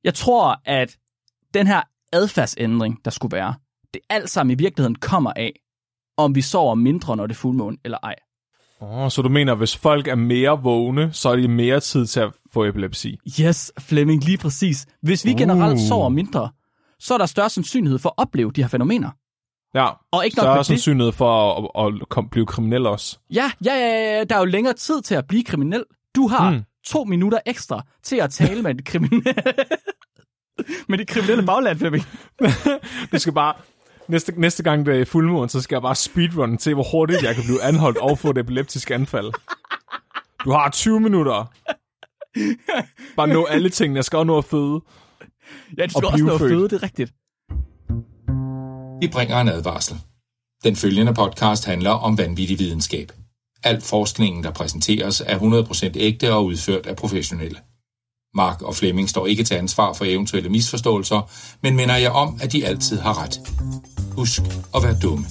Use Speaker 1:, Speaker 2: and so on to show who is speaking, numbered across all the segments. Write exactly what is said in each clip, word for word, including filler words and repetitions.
Speaker 1: Jeg tror, at den her adfærdsændring, der skulle være, det alt sammen i virkeligheden kommer af, om vi sover mindre, når det er fuldmåne, eller ej.
Speaker 2: Oh, så du mener, hvis folk er mere vågne, så er de mere tid til at få epilepsi?
Speaker 1: Yes, Flemming, lige præcis. Hvis vi uh. generelt sover mindre, så er der større sandsynlighed for at opleve de her fænomener.
Speaker 2: Ja,
Speaker 1: og ikke nok
Speaker 2: større sandsynlighed for at, at, at blive kriminel også.
Speaker 1: Ja, ja, ja, ja, der er jo længere tid til at blive kriminel. Du har hmm. to minutter ekstra til at tale med de kriminelle, med de kriminelle bagland, Flemming.
Speaker 2: Du skal bare... Næste, næste gang det er fuldmåne, så skal jeg bare speedrun til, hvor hurtigt jeg kan blive anholdt og få et epileptisk anfald. Du har tyve minutter. Bare nå alle tingene. Jeg skal også nå at føde.
Speaker 1: Ja, du skal også nå at føde, det er rigtigt.
Speaker 3: Vi bringer en advarsel. Den følgende podcast handler om vanvittig videnskab. Al forskningen, der præsenteres, er hundrede procent ægte og udført af professionelle. Mark og Flemming står ikke til ansvar for eventuelle misforståelser, men minder jer om, at de altid har ret. Husk at være dumme.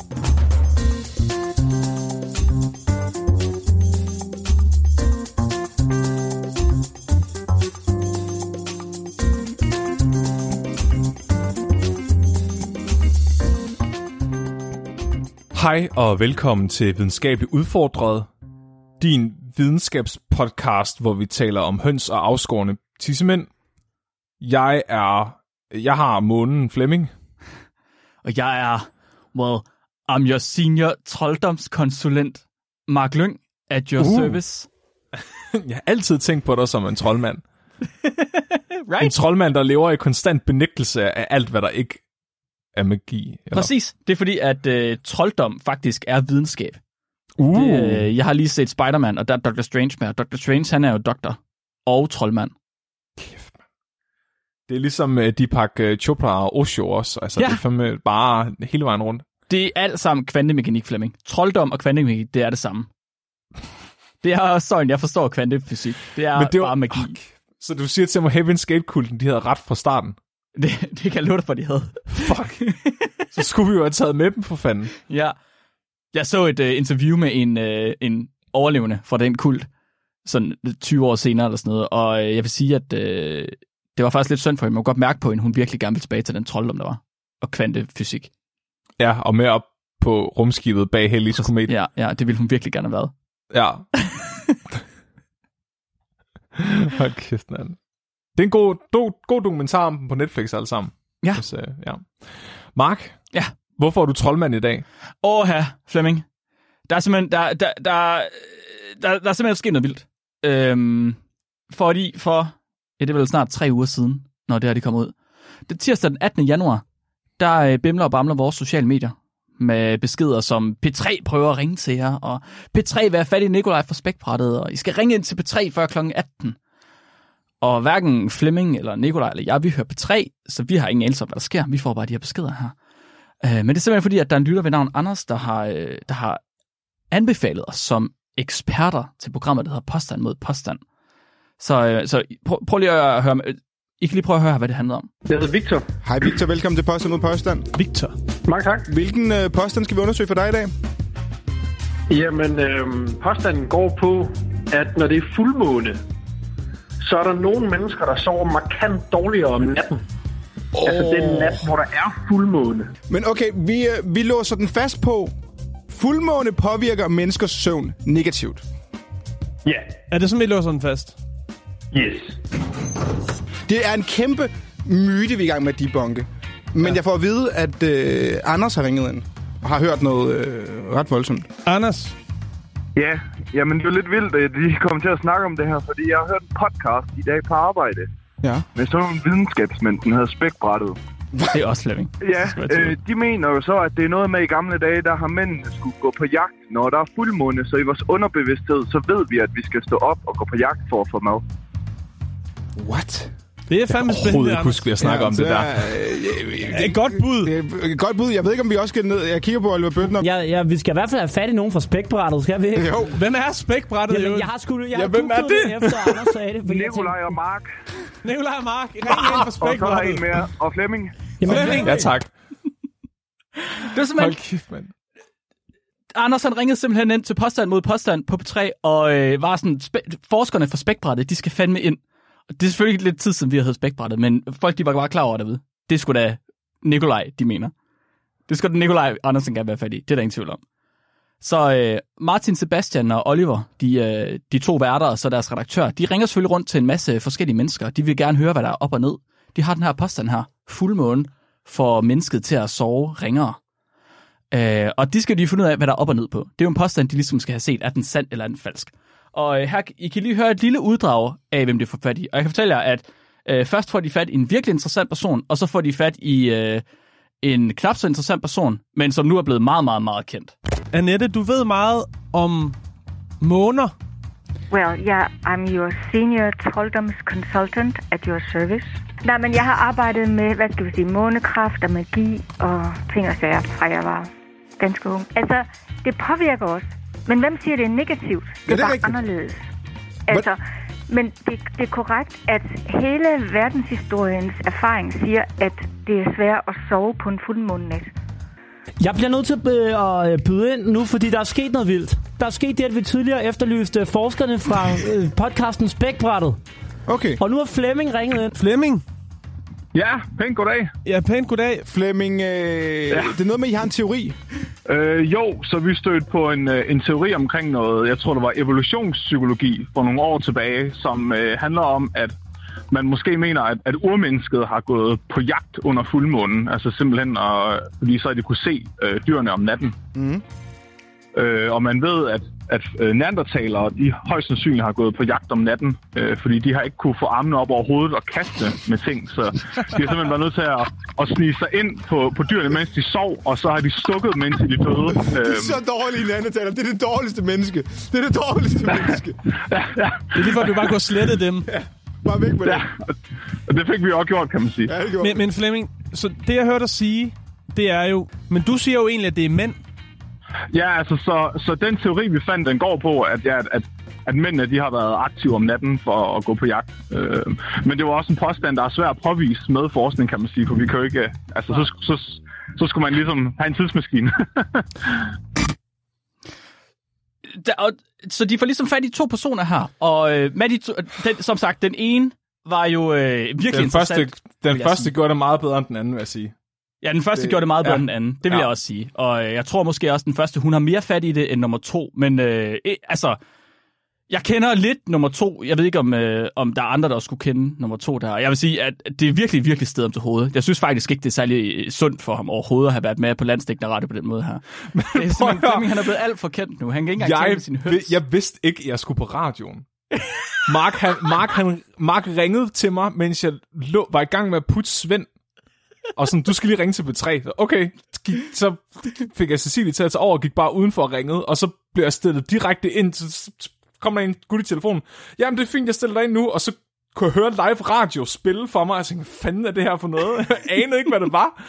Speaker 2: Hej og velkommen til Videnskabeligt Udfordret, din videnskabspodcast, hvor vi taler om høns og afskårne tissemænd. Jeg er... Jeg har månen Flemming.
Speaker 1: Og jeg er... Well, I'm your senior trolddomskonsulent, Mark Lyng, at your uh. service.
Speaker 2: Jeg har altid tænkt på dig som en troldmand.
Speaker 1: Right?
Speaker 2: En troldmand, der lever i konstant benægtelse af alt, hvad der ikke er magi. Eller?
Speaker 1: Præcis. Det er fordi, at øh, trolddom faktisk er videnskab.
Speaker 2: Uh.
Speaker 1: Det, øh, jeg har lige set Spider-Man, og der er doktor Strange med. doktor Strange, han er jo doktor og troldmand.
Speaker 2: Kæft, man. Det er ligesom uh, Deepak uh, Chopra og Osho også. Altså,
Speaker 1: ja.
Speaker 2: Det er fandme bare hele vejen rundt.
Speaker 1: Det er alt sammen kvantemekanik, Flemming. Trolddom og kvantemekanik, det er det samme. Det er også sådan, jeg forstår kvantefysik. Det er, det var, bare magi. Okay.
Speaker 2: Så du siger til mig, at Heaven's Gate-kulten, de havde ret fra starten?
Speaker 1: Det, det kan jeg love dig for, de havde.
Speaker 2: Fuck. Så skulle vi jo have taget med dem, for fanden.
Speaker 1: Ja. Jeg så et uh, interview med en, uh, en overlevende fra den kult, sådan tyve år senere eller sådan noget, og uh, jeg vil sige, at uh, det var faktisk lidt synd for hende. Man kunne godt mærke på hende, hun virkelig gerne ville tilbage til den trolddom, der var, og kvantefysik.
Speaker 2: Ja, og med op på rumskibet bag Halley's Komet.
Speaker 1: Ja, ja, det ville hun virkelig gerne have været.
Speaker 2: Ja. Hold kæft, man. Det er en god, do, god dokumentar om dem på Netflix alle sammen.
Speaker 1: Ja.
Speaker 2: Hvis, uh, ja. Mark?
Speaker 1: Ja.
Speaker 2: Hvorfor er du troldmand i dag?
Speaker 1: Åh, her, Flemming. Der er simpelthen, der, der, der, der, der er simpelthen sket noget vildt. Øhm, fordi for, ja, det er vel snart tre uger siden, når det her det kommer ud. Det tirsdag den attende januar, der øh, bimler og bamler vores sociale medier med beskeder som P tre prøver at ringe til jer, og P tre vil have fat i Nikolaj fra Spækbrættet, og I skal ringe ind til P tre før klokken atten. Og hverken Flemming eller Nikolaj eller jeg, vi hører P tre, så vi har ingen anelse om, hvad der sker. Vi får bare de her beskeder her. Men det er simpelthen fordi, at der er en lytter ved navn Anders, der har, der har anbefalet os som eksperter til programmet, der hedder Påstand mod Påstand. Så, så prøv, prøv lige at høre, I kan lige prøve at høre, hvad det handler om.
Speaker 4: Jeg hedder Victor.
Speaker 5: Hej Victor, velkommen til Påstand mod Påstand.
Speaker 1: Victor.
Speaker 4: Mange tak.
Speaker 5: Hvilken øh, påstand skal vi undersøge for dig i dag?
Speaker 4: Jamen, øh, påstanden går på, at når det er fuldmåne, så er der nogle mennesker, der sover markant dårligere om natten. Oh. Altså den nat, hvor der er fuldmåne.
Speaker 5: Men okay, vi, øh, vi låser den fast på, fuldmåne påvirker menneskers søvn negativt.
Speaker 4: Ja. Yeah.
Speaker 6: Er det sådan, vi låser den fast?
Speaker 4: Yes.
Speaker 5: Det er en kæmpe myte, vi er i gang med at debunke. Men ja. Jeg får at vide, at øh, Anders har ringet ind og har hørt noget øh, ret voldsomt.
Speaker 6: Anders?
Speaker 7: Ja, jamen det er jo lidt vildt, at de kommer til at snakke om det her, fordi jeg har hørt en podcast i dag på arbejde.
Speaker 5: Ja.
Speaker 7: Med sådan nogle videnskabsmænd, den hedder Spækbrættet.
Speaker 1: Det er også Flemming.
Speaker 7: Ja, øh, de mener jo så, at det er noget med i gamle dage, der har mændene skulle gå på jagt, når der er fuldmåne, så i vores underbevidsthed, så ved vi, at vi skal stå op og gå på jagt for at få mad.
Speaker 5: What?
Speaker 6: Det er fandme spændende.
Speaker 2: Jeg overhovedet ikke huske, at snakke ja, om det der.
Speaker 6: Øh, et godt bud.
Speaker 5: Et godt bud. Jeg ved ikke, om vi også skal ned. Jeg kigger på Oliver Bøtner.
Speaker 8: Ja, ja, vi skal i hvert fald have fat i nogen fra Spækbrættet, skal vi ikke?
Speaker 5: Jo.
Speaker 6: Hvem er Spækbrættet?
Speaker 8: Jamen, jeg har sgu jeg
Speaker 2: ja,
Speaker 8: har
Speaker 2: hvem er det?
Speaker 8: det efter Anders sagde det.
Speaker 7: Nikolaj og Mark.
Speaker 6: Nikolaj og Mark. Ring ind fra Spækbrættet.
Speaker 7: Og så er en mere. Og Flemming.
Speaker 6: Jamen, Flemming.
Speaker 2: Ja, tak.
Speaker 1: Det er simpelthen...
Speaker 2: Hold kæft, mand.
Speaker 1: Anders han ringede simpelthen ind til Påstand mod Påstand på P tre, og øh, var sådan, spæ- forskerne fra Spækbrættet, de skal fandme ind. det er selvfølgelig lidt tid siden, vi har heddet spækbrættet, men folk de var bare klar over derude. Det skulle da Nikolaj, de mener. Det skulle da Nikolaj Andersen gerne være fat i. Det er der ingen tvivl om. Så øh, Martin, Sebastian og Oliver, de, øh, de to værter og så deres redaktør, de ringer selvfølgelig rundt til en masse forskellige mennesker. De vil gerne høre, hvad der er op og ned. De har den her påstand her. Fuldmåne får mennesket til at sove ringere. Øh, og de skal de finde ud af, hvad der er op og ned på. Det er jo en påstand, de ligesom skal have set. Er den sand eller er den falsk? Og øh, her, I kan lige høre et lille uddrag af, hvem det får fat i. Og jeg kan fortælle jer, at øh, først får de fat i en virkelig interessant person, og så får de fat i øh, en knap så interessant person, men som nu er blevet meget, meget, meget kendt.
Speaker 6: Annette, du ved meget om måner.
Speaker 9: Well, yeah, I'm your senior trolddoms consultant at your service. Nej, men jeg har arbejdet med, hvad skal vi sige, månekraft og magi og ting og sager, fra jeg var ganske ung. Altså, det påvirker os. Men hvem siger, det er negativt? Det er,
Speaker 5: ja, det er
Speaker 9: bare
Speaker 5: rigtigt.
Speaker 9: anderledes. Altså, men det, det er korrekt, at hele verdenshistoriens erfaring siger, at det er svært at sove på en fuldmånenat.
Speaker 8: Jeg bliver nødt til at byde ind nu, fordi der er sket noget vildt. Der er sket det, at vi tidligere efterlyste forskerne fra øh, podcasten Spækbrættet.
Speaker 5: Okay.
Speaker 8: Og nu er Flemming ringet ind.
Speaker 6: Flemming?
Speaker 7: Ja, pænt goddag.
Speaker 6: Ja, pænt goddag.
Speaker 5: Flemming, øh, ja. Det er noget med, at I har en teori.
Speaker 7: Øh, jo, så vi stødte på en, en teori omkring noget, jeg tror det var evolutionspsykologi for nogle år tilbage, som øh, handler om, at man måske mener, at, at urmennesket har gået på jagt under fuldmånen, altså simpelthen, og, fordi så de kunne se øh, dyrene om natten.
Speaker 5: Mm.
Speaker 7: Øh, og man ved, at, at øh, neandertalere, de højst sandsynligt har gået på jagt om natten, øh, fordi de har ikke kunne få armene op over hovedet og kaste med ting, så de har simpelthen været nødt til at, at snige sig ind på, på dyrene, mens de sov, og så har de stukket, mens de døde.
Speaker 5: Det er så dårligt, neandertaler. Det er det dårligste menneske. Det er det dårligste menneske.
Speaker 7: Ja, ja.
Speaker 6: Det er lige for, at du bare kunne slette dem.
Speaker 5: Ja, bare væk med det.
Speaker 7: Ja, og det fik vi også gjort, kan man sige.
Speaker 5: Ja, det gjorde.
Speaker 6: Men, men Flemming, så det jeg hørte dig sige, det er jo... Men du siger jo egentlig, at det er mænd.
Speaker 7: Ja, altså, så, så den teori, vi fandt, den går på, at, ja, at, at mændene, de har været aktive om natten for at gå på jagt. Øh, men det var også en påstand, der er svær at påvise med forskning, kan man sige, for vi kan jo ikke... Altså, så, så, så skulle man ligesom have en tidsmaskine.
Speaker 1: Der, og, så de får ligesom fat i to personer her, og øh, med de to, den, som sagt, den ene var jo øh, virkelig
Speaker 2: den
Speaker 1: interessant.
Speaker 2: Første, den første gjorde det meget bedre end den anden, vil jeg sige.
Speaker 1: Ja, den første det, gjorde det meget bedre ja. end den anden. Det vil ja. jeg også sige. Og øh, jeg tror måske også, den første, hun har mere fat i det end nummer to. Men øh, altså, jeg kender lidt nummer to. Jeg ved ikke, om, øh, om der er andre, der også skulle kende nummer to der. Jeg vil sige, at det er virkelig, virkelig sted om til hovedet. Jeg synes faktisk ikke, det er særlig sundt for ham overhovedet at have været med på landsdækkende radio på den måde her. Det er simpelthen, Flemming, han er blevet alt for kendt nu. Han kan ikke engang
Speaker 2: jeg,
Speaker 1: tale sin høns.
Speaker 2: Jeg vidste ikke, at jeg skulle på radioen. Mark, han, Mark, han, Mark ringede til mig, mens jeg lå, var i gang med at putte Svend. Og sådan, du skal lige ringe til B tre. Okay, så fik jeg Cecilie til at tage over og gik bare udenfor og ringede. Og så blev jeg stillet direkte ind. Så kom der en gut i telefonen. Jamen, det er fint, jeg stiller dig ind nu. Og så kunne jeg høre live radio spille for mig. Og jeg tænkte, hvad fanden er det her for noget? Jeg anede ikke, hvad det var.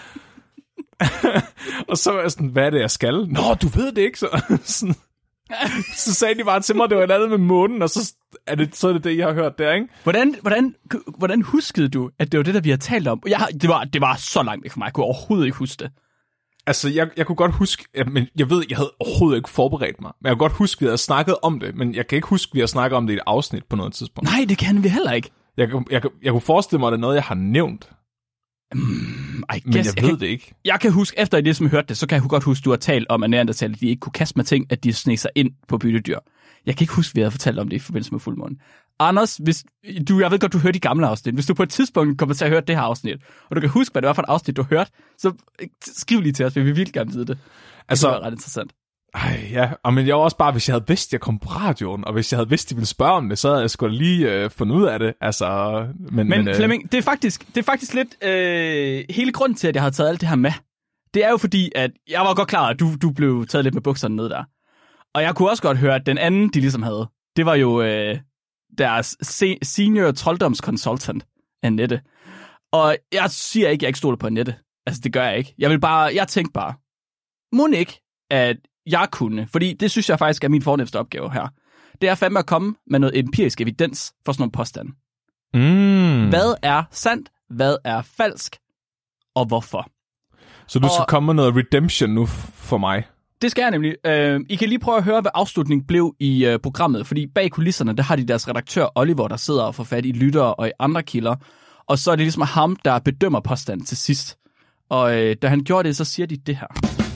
Speaker 2: Og så var jeg sådan, hvad er det, jeg skal? Nå, du ved det ikke. Så, sådan, så sagde de bare til mig, det var et andet med månen. Og så er det, så er det det, jeg har hørt der, ikke?
Speaker 1: Hvordan, hvordan, hvordan huskede du, at det var det, der vi har talt om? Jeg, det, var, det var så langt væk for mig. Jeg kunne overhovedet ikke huske det.
Speaker 2: Altså, jeg, jeg kunne godt huske, men jeg ved, jeg havde overhovedet ikke forberedt mig. Men jeg kunne godt huske, at vi havde snakket om det, men jeg kan ikke huske, at vi har snakket om det i et afsnit på noget tidspunkt.
Speaker 1: Nej, det kan vi heller ikke.
Speaker 2: Jeg, jeg, jeg, jeg kunne forestille mig, at det er noget, jeg har nævnt.
Speaker 1: Mm, I
Speaker 2: men
Speaker 1: guess,
Speaker 2: jeg ved
Speaker 1: jeg kan,
Speaker 2: det ikke.
Speaker 1: Jeg kan huske, efter jeg ligesom hørte det, så kan jeg godt huske, at du har talt om, at neandertalere, de ikke kunne kaste med ting, at de sneg sig ind på byttedyr. Jeg kan ikke huske, at vi havde fortalt om det i forbindelse med fuldmånen. Anders, hvis du, jeg ved godt, du hørte de gamle afsnit. Hvis du på et tidspunkt kommer til at høre det her afsnit, og du kan huske, hvad det var for et afsnit, du hørte, så skriv lige til os, for vi vil virkelig gerne vide det.
Speaker 2: Altså,
Speaker 1: det er ret interessant.
Speaker 2: Ej, ja, og men jeg var også bare, hvis jeg havde vidst, at jeg kom på radioen, og hvis jeg havde vidst, at de ville spørge om det, så havde jeg sgu lige øh, fundet ud af det. Altså, men,
Speaker 1: men,
Speaker 2: men
Speaker 1: Flemming, øh... det, er faktisk, det er faktisk lidt øh, hele grunden til, at jeg har taget alt det her med. Det er jo fordi, at jeg var godt klar, at du, du blev taget lidt med bukserne ned der. Og jeg kunne også godt høre, at den anden, de ligesom havde, det var jo øh, deres se- senior trolddomsconsultant, Annette. Og jeg siger ikke, at jeg ikke stoler på Annette. Altså, det gør jeg ikke. Jeg vil bare, jeg tænkte bare, må ikke, at jeg kunne, fordi det synes jeg faktisk er min fornemmeste opgave her. Det er fandme at komme med noget empirisk evidens for sådan nogle påstande.
Speaker 2: Mm.
Speaker 1: Hvad er sandt? Hvad er falsk? Og hvorfor?
Speaker 2: Så du
Speaker 1: og
Speaker 2: skal komme med noget redemption nu for mig?
Speaker 1: det skal jeg nemlig. Øh, I kan lige prøve at høre, hvad afslutningen blev i øh, programmet, fordi bag kulisserne, der har de deres redaktør Oliver, der sidder og får fat i lyttere og i andre kilder, og så er det ligesom ham, der bedømmer påstanden til sidst. Og øh, da han gjorde det, så siger de det her.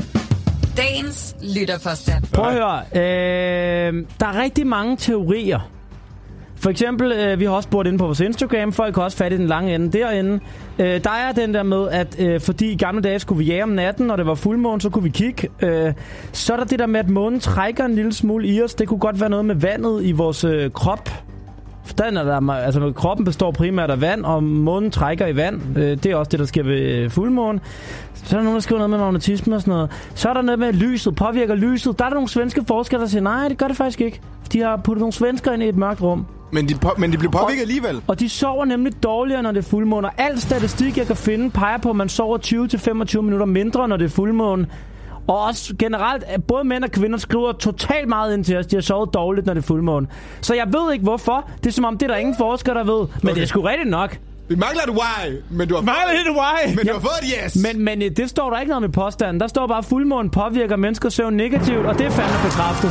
Speaker 10: Dagens lytterpåstand.
Speaker 8: Prøv at høre. Øh, der er rigtig mange teorier. For eksempel, øh, vi har også spurgt inde på vores Instagram, folk har også fat i den lange ende derinde. Øh, der er den der med, at øh, fordi i gamle dage skulle vi jage om natten, når det var fuldmåne, så kunne vi kigge. Øh, så er der det der med, at månen trækker en lille smule i os. Det kunne godt være noget med vandet i vores øh, krop. Den er der, altså, kroppen består primært af vand, og månen trækker i vand. Øh, det er også det, der sker ved fuldmåne. Så er der nogen, der skriver noget med magnetisme og sådan noget. Så er der noget med, at lyset påvirker lyset. Der er der nogle svenske forskere, der siger, nej, det gør det faktisk ikke. De har puttet nogle svensker ind i et mørkt rum.
Speaker 5: Men de, på, men de bliver påvirket alligevel.
Speaker 8: Og de sover nemlig dårligere, når det er fuldmåne. Al statistik, jeg kan finde, peger på, at man sover tyve til femogtyve minutter mindre, når det er fuldmåne. Og også generelt, både mænd og kvinder skriver totalt meget ind til os. De har sovet dårligt, når det er fuldmåne. Så jeg ved ikke, hvorfor. Det er som om, det er der ingen forskere, der ved. Men okay. Det er sgu rigtigt nok.
Speaker 5: Vi mangler et why, men du har
Speaker 8: mangler
Speaker 5: fået,
Speaker 8: et why.
Speaker 5: Men
Speaker 8: ja.
Speaker 5: du har fået et yes.
Speaker 8: Men, men det står der ikke noget med påstanden. Der står bare, at fuldmånen påvirker menneskers søvn negativt, og det er fandme bekræftet.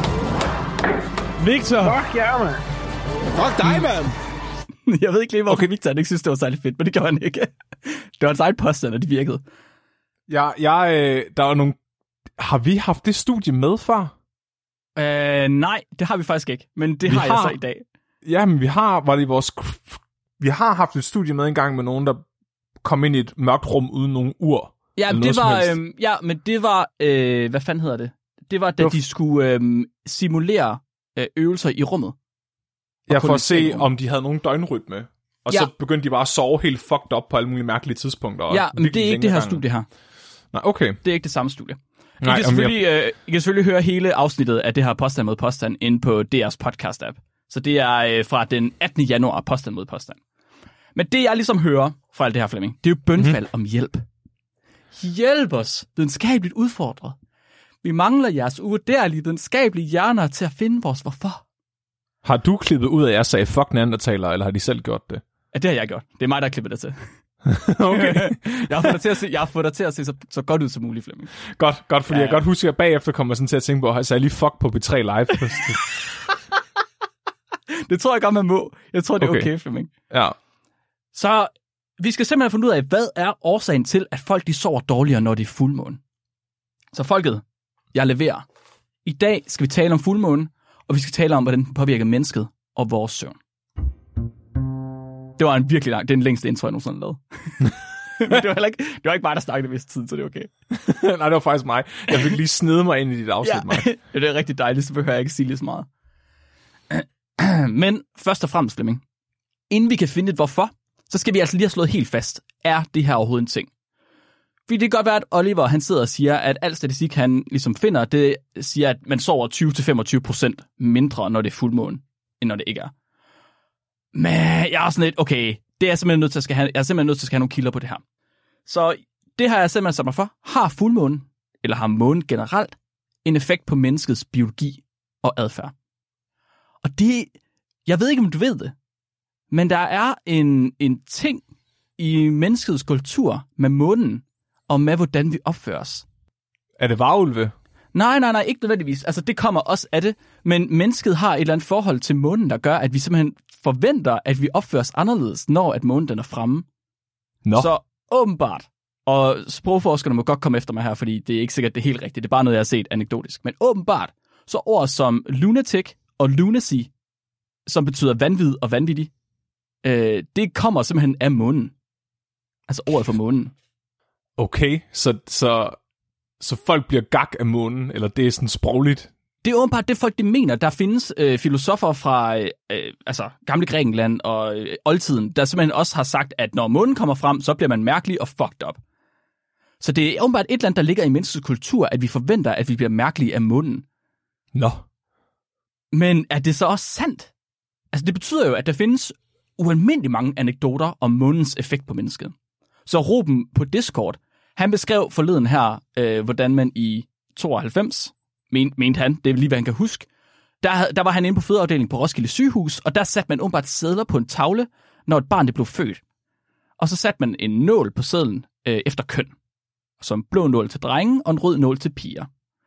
Speaker 6: Victor.
Speaker 4: Fuck ja, man.
Speaker 5: Fuck dig, mand.
Speaker 1: Jeg ved ikke lige, hvorfor okay. Victor ikke synes, det var særlig fedt, men det gjorde han ikke. Det var hans egen påstand, og det virkede.
Speaker 2: Ja, jeg, øh, der var nogle... Har vi haft det studie med før?
Speaker 1: Øh, nej, det har vi faktisk ikke, men det
Speaker 2: vi
Speaker 1: har,
Speaker 2: har
Speaker 1: jeg så i dag.
Speaker 2: Ja, men vi har, var det vores... Vi har haft et studie med en gang med nogen, der kom ind i et mørkt rum uden nogen ur.
Speaker 1: Ja, det var, øh, ja men det var... Øh, hvad fanden hedder det? Det var, da det var... de skulle øh, simulere øh, øvelser i rummet.
Speaker 2: Ja, for at se, om de havde nogen døgnrytme. Og
Speaker 1: ja.
Speaker 2: så begyndte de bare at sove helt fucked up på alle mulige mærkelige tidspunkter.
Speaker 1: Ja, men det er ikke det her gang. studie her.
Speaker 2: Nej, okay.
Speaker 1: Det er ikke det samme studie. I,
Speaker 2: Nej,
Speaker 1: kan selvfølgelig, jeg... øh, I kan selvfølgelig høre hele afsnittet af det her Påstand mod Påstand inde på D R's podcast-app. Så det er øh, fra den attende januar, Påstand mod Påstand. Men det, jeg ligesom hører fra alt det her, Flemming, det er jo bønfald mm-hmm. om hjælp. Hjælp os, videnskabeligt udfordret. Vi mangler jeres uvurderlige videnskabelige hjerner til at finde vores hvorfor.
Speaker 2: Har du klippet ud af, at jeg sagde fuck neandertaler, eller har de selv gjort det?
Speaker 1: Ja, det har jeg gjort. Det er mig, der har klippet det til.
Speaker 2: Okay.
Speaker 1: jeg har fået dig til at se, jeg har fået dig til at se så, så godt ud som muligt, Flemming.
Speaker 2: Godt, godt, fordi ja, ja. jeg godt husker, at bagefter kommer jeg sådan til at tænke på, at jeg sagde lige fuck på B tre Live.
Speaker 1: Det tror jeg godt, man må. Jeg tror, det er okay, okay Flemming.
Speaker 2: Ja.
Speaker 1: Så vi skal simpelthen finde ud af, hvad er årsagen til, at folk de sover dårligere, når det er fuldmåne. Så folket, jeg leverer. I dag skal vi tale om fuldmånen, og vi skal tale om, hvordan den påvirker mennesket og vores søvn. Det var en virkelig lang, det er den længste intro, jeg nogensinde lavede. Men det var, ikke, det var ikke mig, der snakkede mest tid, så det er okay.
Speaker 2: Nej, det var faktisk mig. Jeg fik lige snide mig ind i dit afsnit, ja. Mark.
Speaker 1: Ja, det er rigtig dejligt, så behøver jeg ikke sige lige så meget. Men først og fremmest, Flemming, inden vi kan finde et hvorfor, så skal vi altså lige have slået helt fast. Er det her overhovedet en ting? Fordi det kan godt være, at Oliver han sidder og siger, at al statistik, han ligesom finder, det siger, at man sover tyve til femogtyve procent mindre, når det er fuldmåne, end når det ikke er. Men jeg er sådan lidt, okay, det er jeg simpelthen nødt til at skal have, jeg er simpelthen nødt til at skal have nogle kilder på det her. Så det har jeg simpelthen sat mig for. Har fuldmånen, eller har månen generelt, en effekt på menneskets biologi og adfærd? Og det, jeg ved ikke, om du ved det, men der er en, en ting i menneskets kultur med månen, og med hvordan vi opfører os.
Speaker 2: Er det varulve?
Speaker 1: Nej, nej, nej, ikke nødvendigvis. Altså, det kommer også af det. Men mennesket har et eller andet forhold til månen, der gør, at vi simpelthen forventer, at vi opfører os anderledes, når at månen den er fremme.
Speaker 2: Nå.
Speaker 1: Så åbenbart, og sprogforskerne må godt komme efter mig her, fordi det er ikke sikkert, det er helt rigtigt. Det er bare noget, jeg har set anekdotisk. Men åbenbart, så ord som lunatic og lunacy, som betyder vanvid og vanvittig, øh, det kommer simpelthen af månen. Altså ordet for månen.
Speaker 2: Okay, så, så, så folk bliver gak af månen, eller det er sådan sprogligt?
Speaker 1: Det er åbenbart det, folk de mener. Der findes øh, filosofer fra øh, altså, gamle Grækenland og øh, oldtiden, der simpelthen også har sagt, at når månen kommer frem, så bliver man mærkelig og fucked up. Så det er åbenbart et eller andet, der ligger i menneskets kultur, at vi forventer, at vi bliver mærkelige af månen.
Speaker 2: Nå.
Speaker 1: Men er det så også sandt? Altså det betyder jo, at der findes ualmindelig mange anekdoter om månens effekt på mennesket. Så Ruben på Discord, han beskrev forleden her, øh, hvordan man i tooghalvfems, men, mente han, det er lige hvad han kan huske, der, der var han inde på fødeafdelingen på Roskilde Sygehus, og der satte man åbenbart sædler på en tavle, når et barn det blev født. Og så satte man en nål på sædlen øh, efter køn. Så en blå nål til drenge og en rød nål til piger.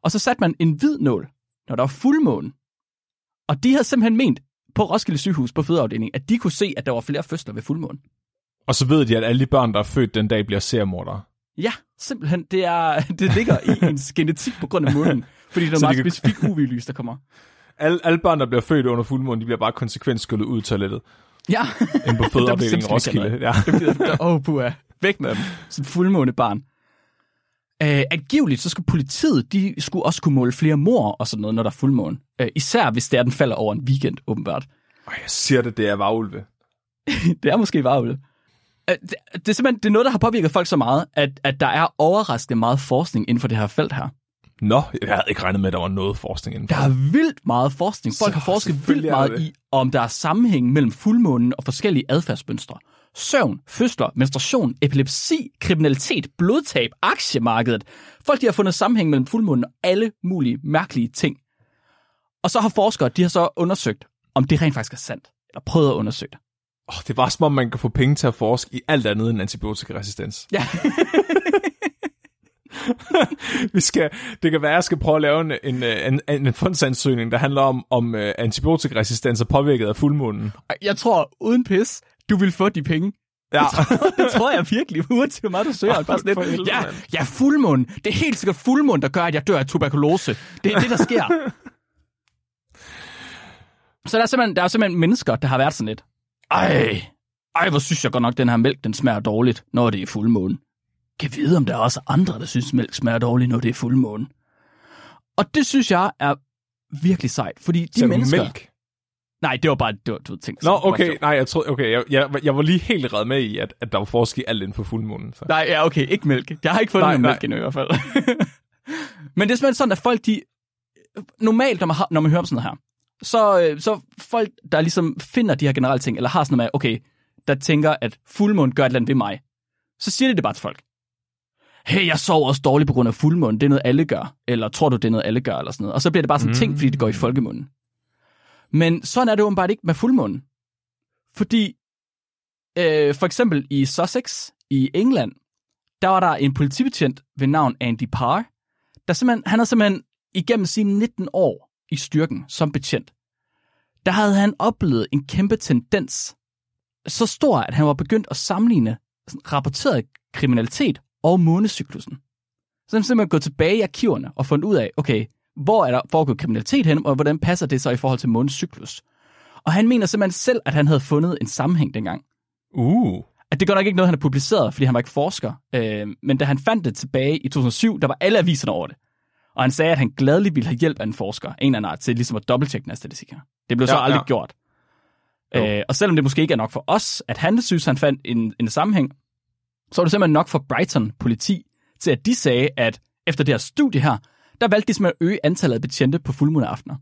Speaker 1: Og så satte man en hvid nål, når der var fuldmåne. Og de havde simpelthen ment på Roskilde Sygehus på fødeafdelingen, at de kunne se, at der var flere fødsler ved fuldmåne.
Speaker 2: Og så ved de, at alle de børn, der er født den dag, bliver seriemordere.
Speaker 1: Ja, simpelthen. Det, er, det ligger i ens genetik på grund af månen. Fordi der er meget de kan... specifikt U V-lys, der kommer.
Speaker 2: Alle, alle børn, der bliver født under fuldmåne, de bliver bare konsekvent skyllet ud i toilettet.
Speaker 1: Ja.
Speaker 2: Inde på fødeafdelingen Roskilde. Ja.
Speaker 1: Åh, oh, puha. Væk med dem. Sådan fuldmåne barn. Uh, angiveligt, så skulle politiet, de skulle også kunne måle flere mord og sådan noget, når der er fuldmåne. Uh, især hvis det er, den falder over en weekend, åbenbart.
Speaker 2: Ej, jeg siger det, det er varulve.
Speaker 1: Det er måske varulve. Uh, det, det er simpelthen det er noget, der har påvirket folk så meget, at, at der er overraskende meget forskning inden for det her felt her.
Speaker 2: Nå, jeg havde ikke regnet med, at der var noget forskning inden for.
Speaker 1: Der er vildt meget forskning. Folk så, har forsket vildt meget i, om der er sammenhæng mellem fuldmånen og forskellige adfærdsmønstre. Søvn, fødsler, menstruation, epilepsi, kriminalitet, blodtab, aktiemarkedet. Folk de har fundet sammenhæng mellem fuldmånen og alle mulige mærkelige ting. Og så har forskere, de har så undersøgt, om det rent faktisk er sandt. Eller prøvet at undersøge det.
Speaker 2: Oh, det er bare som om, man kan få penge til at forske i alt andet end antibiotikaresistens.
Speaker 1: Ja.
Speaker 2: Vi skal, det kan være, at jeg skal prøve at lave en, en, en, en fondsansøgning, der handler om, om uh, antibiotikaresistens er påvirket af fuldmånen.
Speaker 1: Jeg tror, uden pis, du vil få de penge.
Speaker 2: Ja.
Speaker 1: Det, tror, det tror jeg virkelig, uanset hvor meget du søger. Bare sådan lidt, ja, ja, fuldmånen. Det er helt sikkert fuldmånen, der gør, at jeg dør af tuberkulose. Det er det, der sker. Så der er, simpelthen, der er simpelthen mennesker, der har været sådan lidt. Ej, ej, hvor synes jeg godt nok, den her mælk, den smager dårligt, når det er fuldmåne. Kan vide, om der er også andre, der synes, mælk smager dårligt, når det er fuldmåne. Og det synes jeg er virkelig sejt, fordi de
Speaker 2: så
Speaker 1: mennesker...
Speaker 2: mælk?
Speaker 1: Nej, det var bare, det var, du ved, ting.
Speaker 2: Nå, okay, nej, jeg troede, okay, jeg, jeg, jeg var lige helt red med i, at, at der var forskel alt inden for fuldmånen. Så.
Speaker 1: Nej, ja, okay, ikke mælk. Jeg har ikke fundet noget mælk endnu i hvert fald. Men det er simpelthen sådan, at folk, de... Normalt, når man, har, når man hører om sådan noget her, så, så folk, der ligesom finder de her generelle ting, eller har sådan noget med, okay, der tænker, at fuldmånen gør et eller andet ved mig, så siger de det bare til folk. Hey, jeg sover også dårligt på grund af fuldmånen, det er noget, alle gør. Eller tror du, det er noget, alle gør, eller sådan noget. Og så bliver det bare sådan en mm. ting, fordi det går i folkemunden. Men sådan er det åbenbart ikke med fuldmånen. Fordi, øh, for eksempel i Sussex i England, der var der en politibetjent ved navn Andy Parr, der simpelthen, han havde simpelthen igennem sine nitten år i styrken som betjent, der havde han oplevet en kæmpe tendens, så stor, at han var begyndt at sammenligne rapporteret kriminalitet og månecyklusen. Så han simpelthen gået tilbage i arkiverne og fundet ud af, okay, hvor er der foregået kriminalitet hen, og hvordan passer det så i forhold til månecyklus? Og han mener simpelthen selv, at han havde fundet en sammenhæng dengang.
Speaker 2: Uh.
Speaker 1: At det gør nok ikke noget, han har publiceret, fordi han var ikke forsker. Øh, men da han fandt det tilbage i to tusind og syv, der var alle aviserne over det. Og han sagde, at han gladeligt ville have hjælp af en forsker, en eller anden art, til ligesom at dobbelttjekke den her statistik her. Det blev så ja, aldrig ja. gjort. Øh, og selvom det måske ikke er nok for os, at han synes, han fandt en, en sammenhæng, så var det simpelthen nok for Brighton politi, til at de sagde, at efter det her studie her, der valgte de simpelthen at øge antallet af betjente på fuldmåneaftener.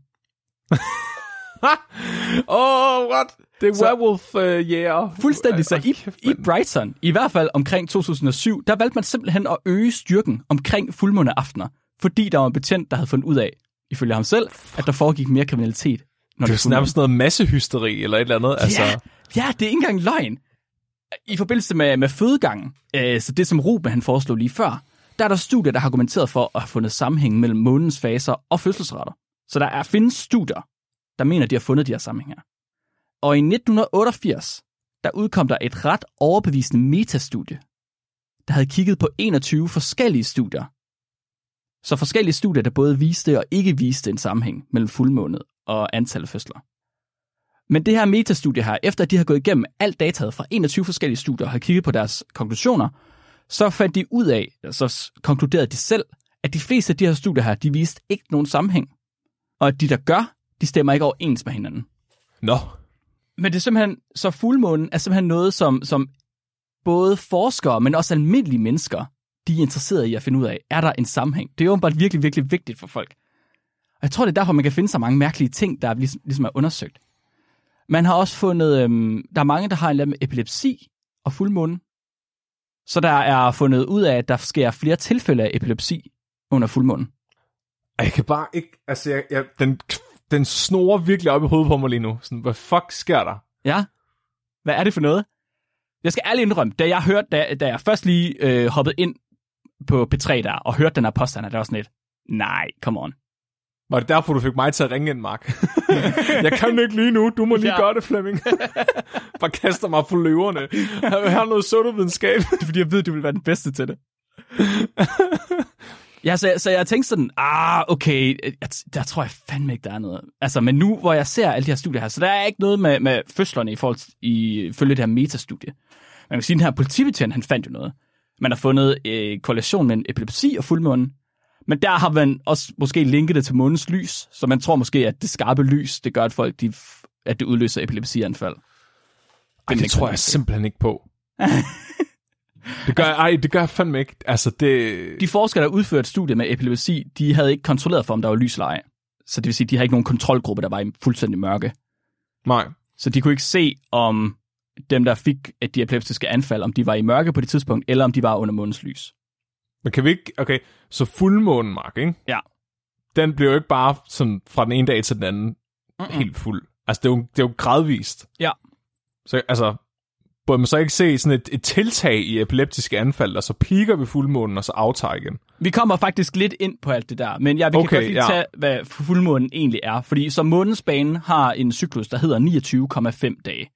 Speaker 2: Oh, what? Det er werewolf, uh, yeah.
Speaker 1: Fuldstændig. Så i, i Brighton, i hvert fald omkring to tusind og syv, der valgte man simpelthen at øge styrken omkring fuldmåneaftener, fordi der var en betjent, der havde fundet ud af, ifølge ham selv, at der foregik mere kriminalitet. Når
Speaker 2: det er nærmest noget massehysteri eller et eller andet. Altså.
Speaker 1: Ja, ja, det er ikke engang løgn. I forbindelse med, med fødegangen, øh, så det som Ruben han foreslog lige før, der er der studier, der har argumenteret for at have fundet sammenhæng mellem månens faser og fødselsrater. Så der er findes studier, der mener, de har fundet de her sammenhænger. Og i nitten otteogfirs, der udkom der et ret overbevisende metastudie, der havde kigget på enogtyve forskellige studier. Så forskellige studier, der både viste og ikke viste en sammenhæng mellem fuldmåne og antallet fødsler. Men det her metastudie her, efter at de har gået igennem alt dataet fra enogtyve forskellige studier og har kigget på deres konklusioner, så fandt de ud af, så konkluderede de selv, at de fleste af de her studier her, de viste ikke nogen sammenhæng. Og at de, der gør, de stemmer ikke overens med hinanden.
Speaker 2: Nå.
Speaker 1: Men det er simpelthen, så fuldmånen er simpelthen noget, som, som både forskere, men også almindelige mennesker, de er interesserede i at finde ud af, er der en sammenhæng? Det er jo bare virkelig, virkelig vigtigt for folk. Og jeg tror, det er derfor, man kan finde så mange mærkelige ting, der ligesom, ligesom er undersøgt. Man har også fundet, øhm, der er mange, der har en med epilepsi og fuldmåne. Så der er fundet ud af, at der sker flere tilfælde af epilepsi under fuldmånen.
Speaker 2: Jeg kan bare ikke, altså jeg, jeg, den, den snorer virkelig op i hovedet på mig lige nu. Sådan, hvad fuck sker der?
Speaker 1: Ja, hvad er det for noget? Jeg skal ærligt indrømme, da jeg hørte, da, da jeg først lige øh, hoppede ind på P tre der, og hørte den her påstand, der var sådan lidt, Nej, come on.
Speaker 2: Var det derfor, du fik mig til at ringe ind, Mark? Jeg kan ikke lige nu. Du må lige ja. gøre det, Flemming. Bare kaster mig på løverne. Jeg har noget pseudovidenskab.
Speaker 1: Det er fordi, jeg ved, du vil være den bedste til det. Ja, så, så jeg tænkte sådan, ah, okay, jeg, der tror jeg fandme ikke, der er noget. Altså, men nu, hvor jeg ser alle de her studier her, så der er ikke noget med, med fødslerne i forhold til, i, følge det her metastudie. Man kan sige, at den her politibetjent, han fandt jo noget. Man har fundet øh, korrelation mellem epilepsi og fuldmånen. Men der har man også måske linket det til månens lys, så man tror måske, at det skarpe lys, det gør, at folk, de, at det udløser epilepsianfald.
Speaker 2: Ej, det tror jeg simpelthen ikke på. det gør ej, det gør jeg fandme ikke. Altså, det...
Speaker 1: De forskere, der udførte et studie med epilepsi, de havde ikke kontrolleret for, om der var lys eller ej. Så det vil sige, de har ikke nogen kontrolgruppe, der var i fuldstændig mørke.
Speaker 2: Nej.
Speaker 1: Så de kunne ikke se, om dem, der fik de epileptiske anfald, om de var i mørke på det tidspunkt, eller om de var under månens lys.
Speaker 2: Men kan vi ikke... Okay, så fuldmånen, Mark, ikke?
Speaker 1: Ja.
Speaker 2: Den blev jo ikke bare sådan fra den ene dag til den anden Mm-mm. helt fuld. Altså, det er jo, det er jo gradvist.
Speaker 1: Ja.
Speaker 2: Så altså, burde man så ikke se sådan et, et tiltag i epileptiske anfald, og så piker vi fuldmånen, og så aftager igen?
Speaker 1: Vi kommer faktisk lidt ind på alt det der, men jeg vil okay, godt lige ja. tage, hvad fuldmånen egentlig er. Fordi så månens bane har en cyklus, der hedder niogtyve komma fem dage.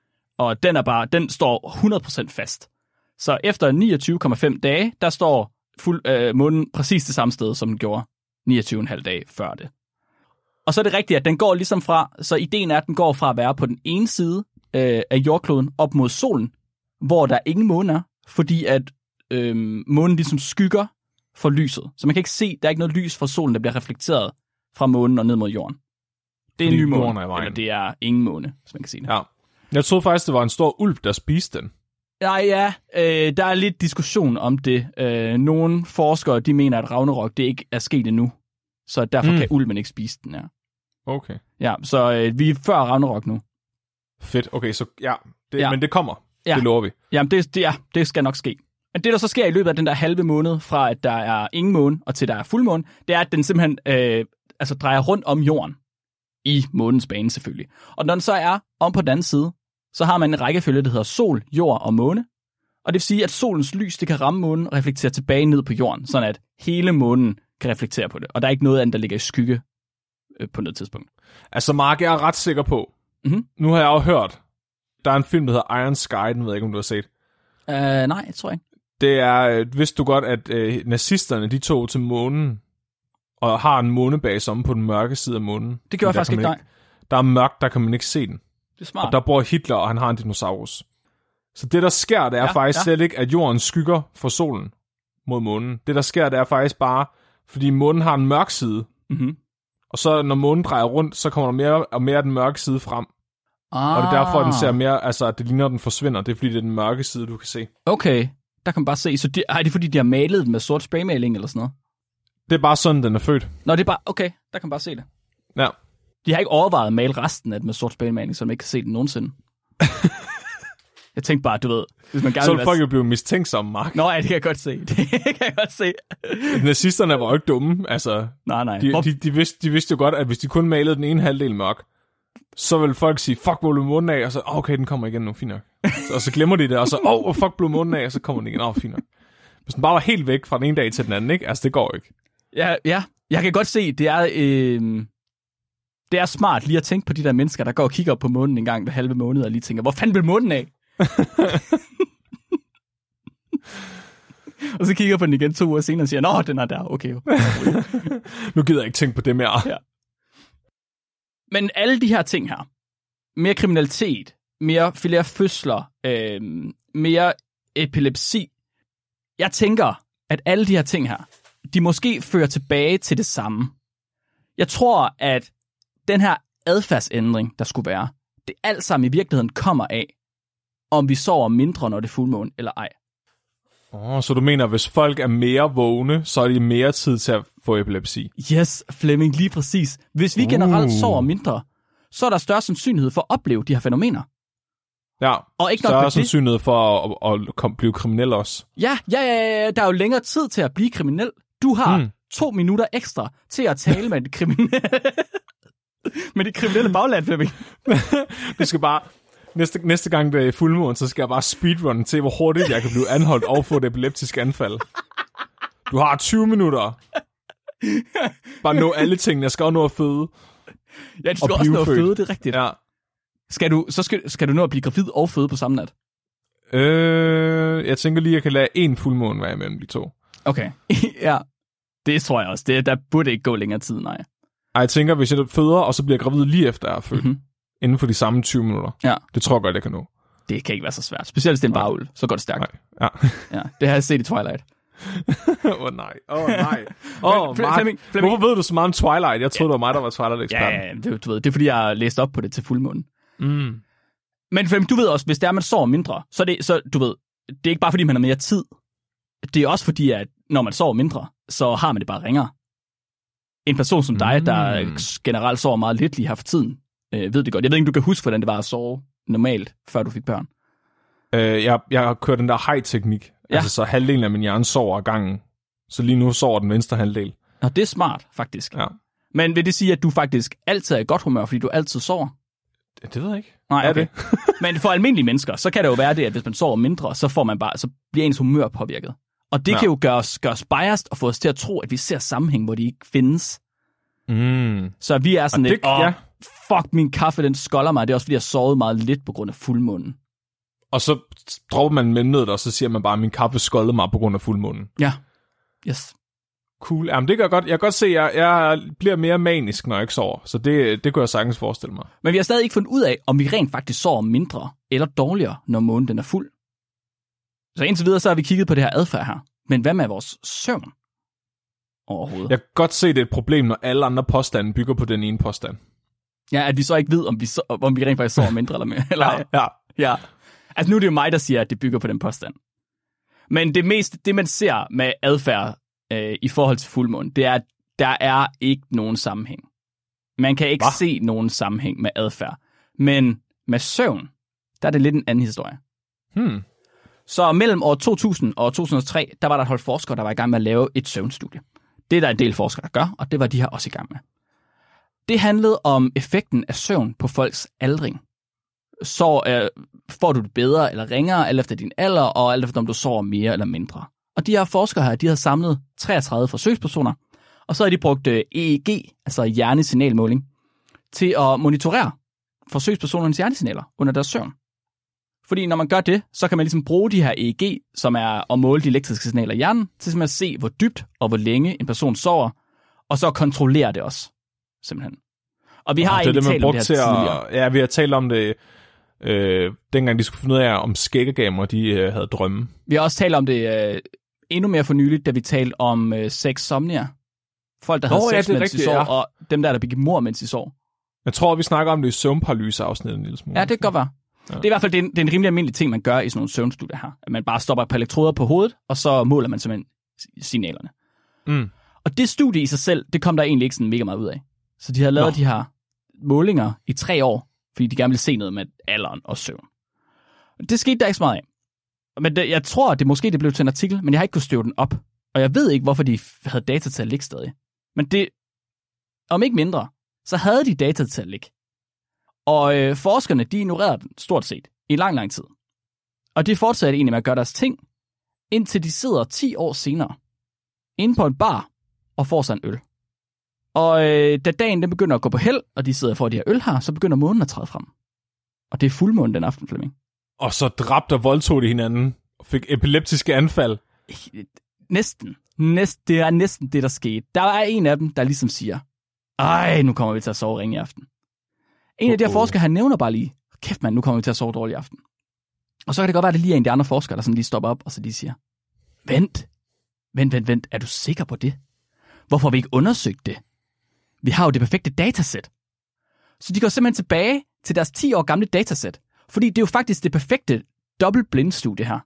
Speaker 1: Og den er bare, den står hundrede procent fast. Så efter niogtyve komma fem dage, der står fuld, øh, månen præcis det samme sted, som den gjorde niogtyve komma fem dage før det. Og så er det rigtigt, at den går ligesom fra, så ideen er, at den går fra at være på den ene side øh, af jordkloden op mod solen, hvor der ingen måne er, fordi at øh, månen ligesom skygger for lyset. Så man kan ikke se, der er ikke noget lys fra solen, der bliver reflekteret fra månen og ned mod jorden. Det er en ny måne, eller det er ingen måne, som man kan sige det.
Speaker 2: Ja. Jeg troede faktisk, det var en stor ulv, der spiste den.
Speaker 1: Nej, ja, øh, der er lidt diskussion om det. Øh, nogle forskere, de mener, at Ragnarok, det ikke er sket endnu. Så derfor mm. kan ulven ikke spise den, ja.
Speaker 2: Okay.
Speaker 1: Ja, så øh, vi er før Ragnarok nu.
Speaker 2: Fedt, okay, så ja, det,
Speaker 1: ja.
Speaker 2: Men det kommer,
Speaker 1: ja.
Speaker 2: Det lover vi.
Speaker 1: Jamen, det, det, ja, det skal nok ske. Men det, der så sker i løbet af den der halve måned, fra at der er ingen måne, og til der er fuldmåne, det er, at den simpelthen øh, altså drejer rundt om jorden. I månens bane, selvfølgelig. Og når den så er om på den anden side, så har man en rækkefølge, der hedder sol, jord og måne. Og det vil sige, at solens lys, det kan ramme månen og reflektere tilbage ned på jorden, sådan at hele månen kan reflektere på det. Og der er ikke noget andet, der ligger i skygge øh, på noget tidspunkt.
Speaker 2: Altså, Mark, jeg er ret sikker på,
Speaker 1: mm-hmm.
Speaker 2: nu har jeg jo hørt, der er en film, der hedder Iron Sky, den ved jeg ikke, om du har set.
Speaker 1: Uh, nej, jeg tror ikke.
Speaker 2: Det er, vidste du godt, at øh, nazisterne, de tog til månen, og har en månebase om på den mørke side af månen.
Speaker 1: Det gjorde jeg faktisk ikke, nej.
Speaker 2: Der er mørkt, der kan man ikke se den.
Speaker 1: Det er smart.
Speaker 2: Og der bor Hitler, og han har en dinosaurus. Så det, der sker, det er ja, faktisk ja. slet ikke, at jorden skygger for solen mod månen. Det, der sker, det er faktisk bare, fordi månen har en mørk side.
Speaker 1: Mm-hmm.
Speaker 2: Og så, når månen drejer rundt, så kommer der mere og mere den mørke side frem.
Speaker 1: Ah.
Speaker 2: Og det er derfor, at den ser mere, altså, at det ligner, at den forsvinder. Det er, fordi det er den mørke side, du kan se.
Speaker 1: Okay, der kan man bare se. Så det, er det, fordi de har malet den med sort spraymaling eller sådan noget?
Speaker 2: Det er bare sådan, den er født.
Speaker 1: Nå, det er bare, okay, der kan man bare se det.
Speaker 2: Ja.
Speaker 1: De har ikke overvejet at male resten af det med sort spraymaling, så man ikke kan se den nogensinde. Jeg tænkte bare, du ved, hvis man gerne
Speaker 2: så vil folk jo blive mistænksomme, Mark.
Speaker 1: Nå ja, det kan jeg godt se. Det kan jeg godt se.
Speaker 2: Nazisterne var jo ikke dumme. Altså,
Speaker 1: nej, nej.
Speaker 2: De, de, de, vidste, de vidste jo godt, at hvis de kun malede den ene halvdel mørk, så vil folk sige, fuck, hvor blev månen af? Og så, okay, den kommer igen nu, fint nok. Og så glemmer de det, og så, åh, oh, fuck, blev månen af? Og så kommer den igen, åh, oh, fint nok. Hvis den bare var helt væk fra den ene dag til den anden, ikke? Altså, det går ikke.
Speaker 1: Ja, ja. Jeg kan godt se, det er, øh, det er smart lige at tænke på de der mennesker, der går og kigger op på månen en gang hver halve måned, og lige tænker, hvor fanden blev månen af? Og så kigger på den igen to uger senere og siger, nå, den er der, okay.
Speaker 2: Nu gider jeg ikke tænke på det mere.
Speaker 1: Ja. Men alle de her ting her, mere kriminalitet, mere flere fødsler, øh, mere epilepsi, jeg tænker, at alle de her ting her, de måske fører tilbage til det samme. Jeg tror, at den her adfærdsændring, der skulle være, det alt sammen i virkeligheden kommer af, om vi sover mindre, når det er fuldmåne, eller ej.
Speaker 2: Oh, så du mener, hvis folk er mere vågne, så er de mere tid til at få epilepsi?
Speaker 1: Yes, Flemming, lige præcis. Hvis vi generelt uh. sover mindre, så er der større sandsynlighed for at opleve de her fænomener.
Speaker 2: Ja,
Speaker 1: og ikke
Speaker 2: større sandsynlighed for at, at, at blive kriminel også.
Speaker 1: Ja, ja, ja, der er jo længere tid til at blive kriminel. Du har hmm. to minutter ekstra til at tale med det kriminelle, med det kriminelle bagland, Flemming.
Speaker 2: Du skal bare... Næste, næste gang det er fuldmåne, så skal jeg bare speedrun til, hvor hurtigt jeg kan blive anholdt og få et epileptisk anfald. Du har tyve minutter. Bare nå alle tingene. Jeg skal også nå at føde.
Speaker 1: Ja, du skal også nå at føde, det er rigtigt.
Speaker 2: Ja.
Speaker 1: Skal du, så skal, skal du nå at blive gravid og føde på samme nat?
Speaker 2: Øh, jeg tænker lige, at jeg kan lade en fuldmåne være imellem de to.
Speaker 1: Okay, ja. Det tror jeg også. Det, der burde ikke gå længere tid, nej.
Speaker 2: Ej, jeg tænker, hvis jeg føder, og så bliver jeg gravid lige efter jeg er født. Mm-hmm. Inden for de samme tyve minutter. Ja. Det tror jeg godt, jeg kan nå.
Speaker 1: Det kan ikke være så svært. Specielt hvis det er en varulv, så går det stærkt.
Speaker 2: Nej. Ja.
Speaker 1: Ja, det har jeg set i Twilight.
Speaker 2: Åh oh, nej. Åh oh, nej. Åh, oh, Mark. Flemming, Flemming. Hvorfor ved du så meget om Twilight? Jeg troede, ja. det var mig, der var Twilight-eksperten.
Speaker 1: Ja, ja, det, du ved, det er fordi, jeg har læst op på det til fuldmånen.
Speaker 2: Mm.
Speaker 1: Men Flemming, du ved også, hvis det er, man sover mindre, så er det, så, du ved, det er ikke bare fordi, man har mere tid. Det er også fordi, at når man sover mindre, så har man det bare ringere. En person som dig, mm. der generelt sover meget lidt lige her for tiden, øh, ved det godt. Jeg ved ikke, du kan huske, hvordan det var at sove normalt, før du fik børn.
Speaker 2: Øh, jeg, jeg har kørt den der high-teknik. Ja. Altså, så halvdelen af min hjerne sover ad gangen. Så lige nu sover den venstre halvdel.
Speaker 1: Nå, det er smart, faktisk.
Speaker 2: Ja.
Speaker 1: Men vil det sige, at du faktisk altid er i godt humør, fordi du altid sover?
Speaker 2: Det ved jeg ikke.
Speaker 1: Nej, okay. Men for almindelige mennesker, så kan det jo være det, at hvis man sover mindre, så får man bare, så bliver ens humør påvirket. Og det ja. kan jo gøre os, gøre os biased og få os til at tro, at vi ser sammenhæng, hvor de ikke findes.
Speaker 2: Mm.
Speaker 1: Så vi er sådan
Speaker 2: og
Speaker 1: lidt,
Speaker 2: det,
Speaker 1: åh,
Speaker 2: ja.
Speaker 1: fuck, min kaffe, den skolder mig. Det er også, fordi jeg sovet meget lidt på grund af fuldmånen.
Speaker 2: Og så dropper man memnet, og så siger man bare, at min kaffe skoldede mig på grund af fuldmånen.
Speaker 1: Ja, yes.
Speaker 2: Cool. Jamen, det kan jeg godt. Jeg kan godt se, at jeg, jeg bliver mere manisk, når jeg ikke sover. Så det, det kunne jeg sagtens forestille mig.
Speaker 1: Men vi har stadig ikke fundet ud af, om vi rent faktisk sover mindre eller dårligere, når månen den er fuld. Så indtil videre, så har vi kigget på det her adfærd her. Men hvad med vores søvn overhovedet?
Speaker 2: Jeg kan godt se, det er et problem, når alle andre påstande bygger på den ene påstand.
Speaker 1: Ja, at vi så ikke ved, om vi, so- om vi rent faktisk sover mindre eller mere. Eller,
Speaker 2: ja, ja.
Speaker 1: ja. Altså nu er det jo mig, der siger, at det bygger på den påstand. Men det meste, det man ser med adfærd øh, i forhold til fuldmåne, det er, at der er ikke nogen sammenhæng. Man kan ikke Hva? se nogen sammenhæng med adfærd. Men med søvn, der er det lidt en anden historie.
Speaker 2: Hmm.
Speaker 1: Så mellem år to tusind og to tusind og tre, der var der et hold forskere, der var i gang med at lave et søvnstudie. Det er der en del forskere, der gør, og det var de her også i gang med. Det handlede om effekten af søvn på folks aldring. Så øh, får du det bedre eller ringere, alt efter din alder, og alt efter om du sover mere eller mindre. Og de her forskere her, de har samlet treogtredive forsøgspersoner, og så har de brugt øh, E E G, altså hjernesignalmåling, til at monitorere forsøgspersonernes hjernesignaler under deres søvn. Fordi når man gør det, så kan man ligesom bruge de her E E G, som er at måle de elektriske signaler i hjernen, til simpelthen at se, hvor dybt og hvor længe en person sover, og så kontrollere det også, simpelthen. Og vi har
Speaker 2: oh,
Speaker 1: egentlig talt om det her tidligere.
Speaker 2: At, ja, vi har talt om det, øh, dengang de skulle finde ud af, om skæggegamer, de øh, havde drømme.
Speaker 1: Vi har også talt om det øh, endnu mere for nyligt, da vi talte om øh, sexsomnia. Folk, der Nå, havde sex, ja, mens rigtigt, de sov, ja. Og dem der, der begik mor, mens de sov. Jeg
Speaker 2: tror, vi snakker om det i søvnparalyse-afsnittet en lille smule.
Speaker 1: Ja, det kan godt være. Ja. Det er i hvert fald det er en, det er en rimelig almindelig ting, man gør i sådan nogle søvnstudier her. At man bare stopper et par elektroder på hovedet, og så måler man simpelthen signalerne.
Speaker 2: Mm.
Speaker 1: Og det studie i sig selv, det kom der egentlig ikke sådan mega meget ud af. Så de havde lavet Nå. de her målinger i tre år, fordi de gerne ville se noget med alderen og søvn. Det skete der ikke så meget af. Men det, jeg tror, at det måske det blev til en artikel, men jeg har ikke kunnet støve den op. Og jeg ved ikke, hvorfor de havde data til at ligge stadig. Men det, om ikke mindre, så havde de data til at ligge. Og øh, forskerne, de ignorerede den stort set i lang, lang tid. Og de fortsatte egentlig med at gøre deres ting, indtil de sidder ti år senere, inde på en bar og får sig en øl. Og øh, da dagen den begynder at gå på held, og de sidder for de her øl her, så begynder månen at træde frem. Og det er fuldmåne den aften, Flemming.
Speaker 2: Og så dræbte og voldtog de hinanden, og fik epileptiske anfald.
Speaker 1: Næsten. Næsten. Det er næsten det, der skete. Der er en af dem, der ligesom siger, ej, nu kommer vi til at sove ringe i aften. En af de her forskere, han nævner bare lige, kæft mand, nu kommer vi til at sove dårligt i aften. Og så kan det godt være, at det lige er en af de andre forskere, der sådan lige stopper op, og så de siger, vent, vent, vent, vent, er du sikker på det? Hvorfor har vi ikke undersøgt det? Vi har jo det perfekte datasæt. Så de går simpelthen tilbage til deres ti år gamle datasæt, fordi det er jo faktisk det perfekte dobbeltblindstudie her.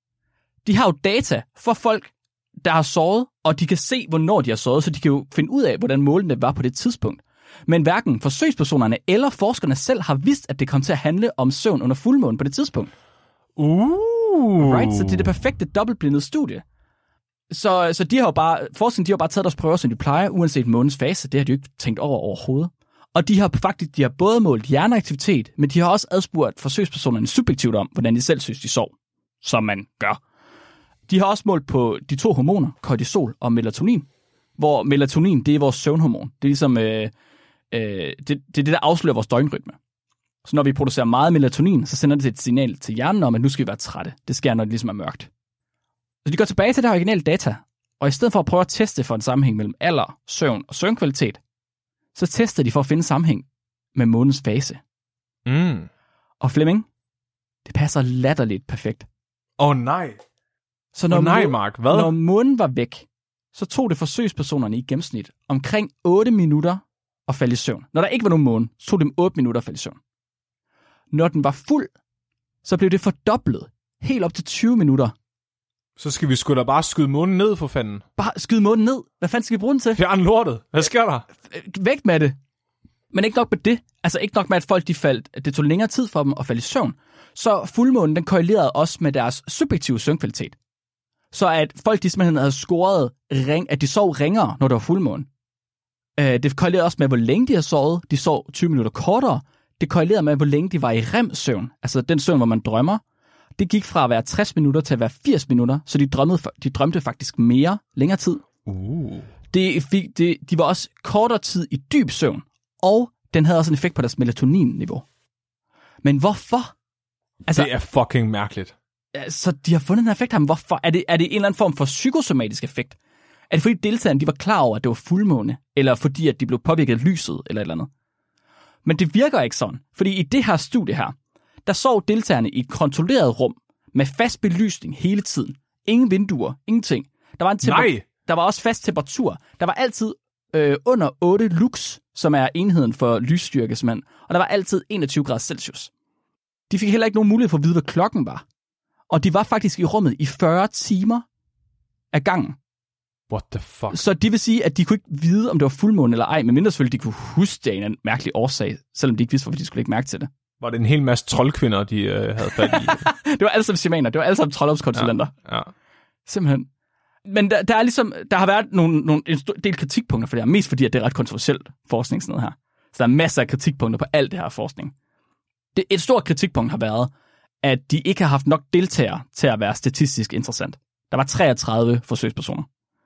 Speaker 1: De har jo data for folk, der har sovet, og de kan se, hvornår de har sovet, så de kan jo finde ud af, hvordan målene var på det tidspunkt. Men hverken forsøgspersonerne eller forskerne selv har vidst, at det kom til at handle om søvn under fuldmåne på det tidspunkt.
Speaker 2: Uh.
Speaker 1: Right? Så det er det perfekte dobbeltblindede studie. Så, så de har jo bare, forskerne de har bare taget deres prøver, som de plejer, uanset månens fase. Det har de jo ikke tænkt over overhovedet. Og de har faktisk de har både målt hjerneaktivitet, men de har også adspurgt forsøgspersonerne subjektivt om, hvordan de selv synes, de sov, som man gør. De har også målt på de to hormoner, kortisol og melatonin, hvor melatonin, det er vores søvnhormon. Det er ligesom, øh, øh, det, det er det, der afslører vores døgnrytme. Så når vi producerer meget melatonin, så sender det et signal til hjernen om, at nu skal vi være trætte. Det sker, når det ligesom er mørkt. Så de går tilbage til det originale data, og i stedet for at prøve at teste for en sammenhæng mellem alder, søvn og søvnkvalitet, så tester de for at finde sammenhæng med månens fase.
Speaker 2: Mm.
Speaker 1: Og Flemming, det passer latterligt perfekt.
Speaker 2: Åh oh, nej.
Speaker 1: Så når,
Speaker 2: oh, nej,
Speaker 1: må-
Speaker 2: Mark. Hvad?
Speaker 1: når månen var væk, så tog det forsøgspersonerne i gennemsnit omkring otte minutter at falde i søvn. Når der ikke var nogen måne, så tog det dem otte minutter at falde i søvn. Når den var fuld, så blev det fordoblet. Helt op til tyve minutter.
Speaker 2: Så skal vi sgu da bare skyde månen ned for fanden.
Speaker 1: Bare skyde månen ned. Hvad fanden skal vi bruge den til?
Speaker 2: Fjern lortet. Hvad sker der?
Speaker 1: Væk med det. Men ikke nok med det. Altså ikke nok med, at folk de faldt, at det tog længere tid for dem at falde i søvn. Så fuldmånen, den korrelerede også med deres subjektive søvnkvalitet. Så at folk de simpelthen havde scoret, ring, at de sov ringere, når der var fuldmåne. Øh, det korrelerede også med, hvor længe de havde sovet. De sov tyve minutter kortere. Det korrelerede med, hvor længe de var i rem-søvn. Altså den søvn, hvor man drømmer. Det gik fra at være tres minutter til at være firs minutter, så de drømte, de drømte faktisk mere, længere tid.
Speaker 2: Uh.
Speaker 1: Det fik, det, de var også kortere tid i dyb søvn, og den havde også en effekt på deres melatonin-niveau. Men hvorfor? Altså,
Speaker 2: det er fucking mærkeligt.
Speaker 1: Så de har fundet en effekt her, men hvorfor? Er det, er det en eller anden form for psykosomatisk effekt? Er det fordi deltagerne de var klar over, at det var fuldmåne, eller fordi at de blev påvirket af lyset, eller et eller andet? Men det virker ikke sådan, fordi i det her studie her, der sov deltagerne i et kontrolleret rum, med fast belysning hele tiden. Ingen vinduer, ingenting. Der var, en temper- der var også fast temperatur. Der var altid øh, under otte lux, som er enheden for lysstyrke, simpelthen. Og der var altid enogtyve grader Celsius. De fik heller ikke nogen mulighed for at vide, hvad klokken var. Og de var faktisk i rummet i fyrre timer af gangen.
Speaker 2: What the fuck?
Speaker 1: Så det vil sige, at de kunne ikke vide, om det var fuldmåne eller ej, men mindre selvfølgelig, de kunne huske det af en mærkelig årsag, selvom de ikke vidste, hvorfor de skulle ikke mærke til det.
Speaker 2: Var det en hel masse troldkvinder, de øh, havde fat i?
Speaker 1: Det var alle sammen shamaner. Det var alle sammen trolddomskonsulenter.
Speaker 2: Ja, ja.
Speaker 1: Simpelthen. Men der, der er ligesom, der har været nogle, nogle, en del kritikpunkter for det her, mest fordi, at det er ret kontroversielt forskning sådan noget her. Så der er masser af kritikpunkter på alt det her forskning. Det, et stort kritikpunkt har været, at de ikke har haft nok deltagere til at være statistisk interessant. Der var treogtredive forsøgspersoner.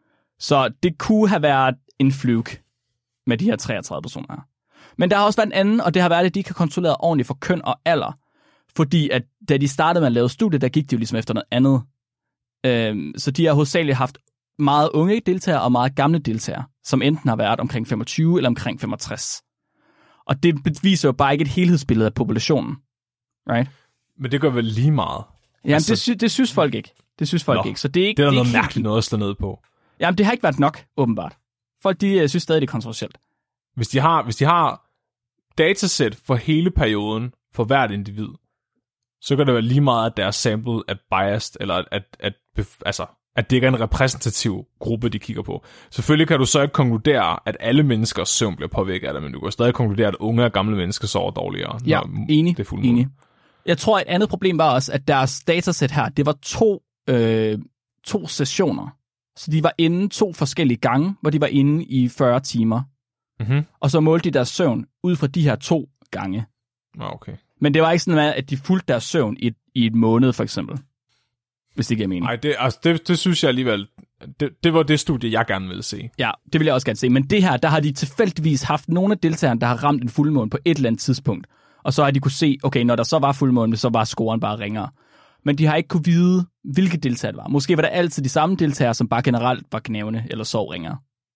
Speaker 1: Så det kunne have været en fluke med de her treogtredive personer her. Men der har også været en anden, og det har været, at de ikke har kontrolleret ordentligt for køn og alder. Fordi at da de startede med at lave studiet, der gik de jo ligesom efter noget andet. Øhm, så de har hovedsageligt haft meget unge deltagere og meget gamle deltagere, som enten har været omkring femogtyve eller omkring femogtres. Og det viser jo bare ikke et helhedsbillede af populationen. Right?
Speaker 2: Men det gør vel lige meget?
Speaker 1: Jamen, altså, det, sy- det synes folk ikke. Det synes folk
Speaker 2: Nå,
Speaker 1: ikke. Så det er ikke
Speaker 2: det er
Speaker 1: det er
Speaker 2: noget
Speaker 1: ikke
Speaker 2: mærkeligt noget at slå ned på.
Speaker 1: Jamen, det har ikke været nok, åbenbart. Folk, de synes stadig, det er kontroversielt.
Speaker 2: Hvis de har, hvis de har datasæt for hele perioden for hvert individ, så kan det være lige meget, at deres sample er biased, eller at, at, at, altså, at det ikke er en repræsentativ gruppe, de kigger på. Selvfølgelig kan du så ikke konkludere, at alle menneskers søvn bliver påvirket af det, men du kan stadig konkludere, at unge og gamle mennesker sover dårligere.
Speaker 1: Ja, enig.
Speaker 2: Det er
Speaker 1: enig. Jeg tror, et andet problem var også, at deres datasæt her, det var to, øh, to sessioner. Så de var inde to forskellige gange, hvor de var inde i fyrre timer.
Speaker 2: Mm-hmm.
Speaker 1: Og så målte de deres søvn ud fra de her to gange.
Speaker 2: Ah, okay.
Speaker 1: Men det var ikke sådan, at de fulgte deres søvn i et, i et måned, for eksempel. Hvis det giver mening.
Speaker 2: Nej, det, altså, det, det synes jeg alligevel, det, det var det studie, jeg gerne ville se.
Speaker 1: Ja, det vil jeg også gerne se. Men det her, der har de tilfældigvis haft nogle af deltagerne, der har ramt en fuldmåne på et eller andet tidspunkt. Og så har de kunne se, okay, når der så var fuldmåne, så var scoren bare ringere. Men de har ikke kunne vide, hvilke deltagere det var. Måske var der altid de samme deltagere, som bare generelt var knævende eller sov ringere.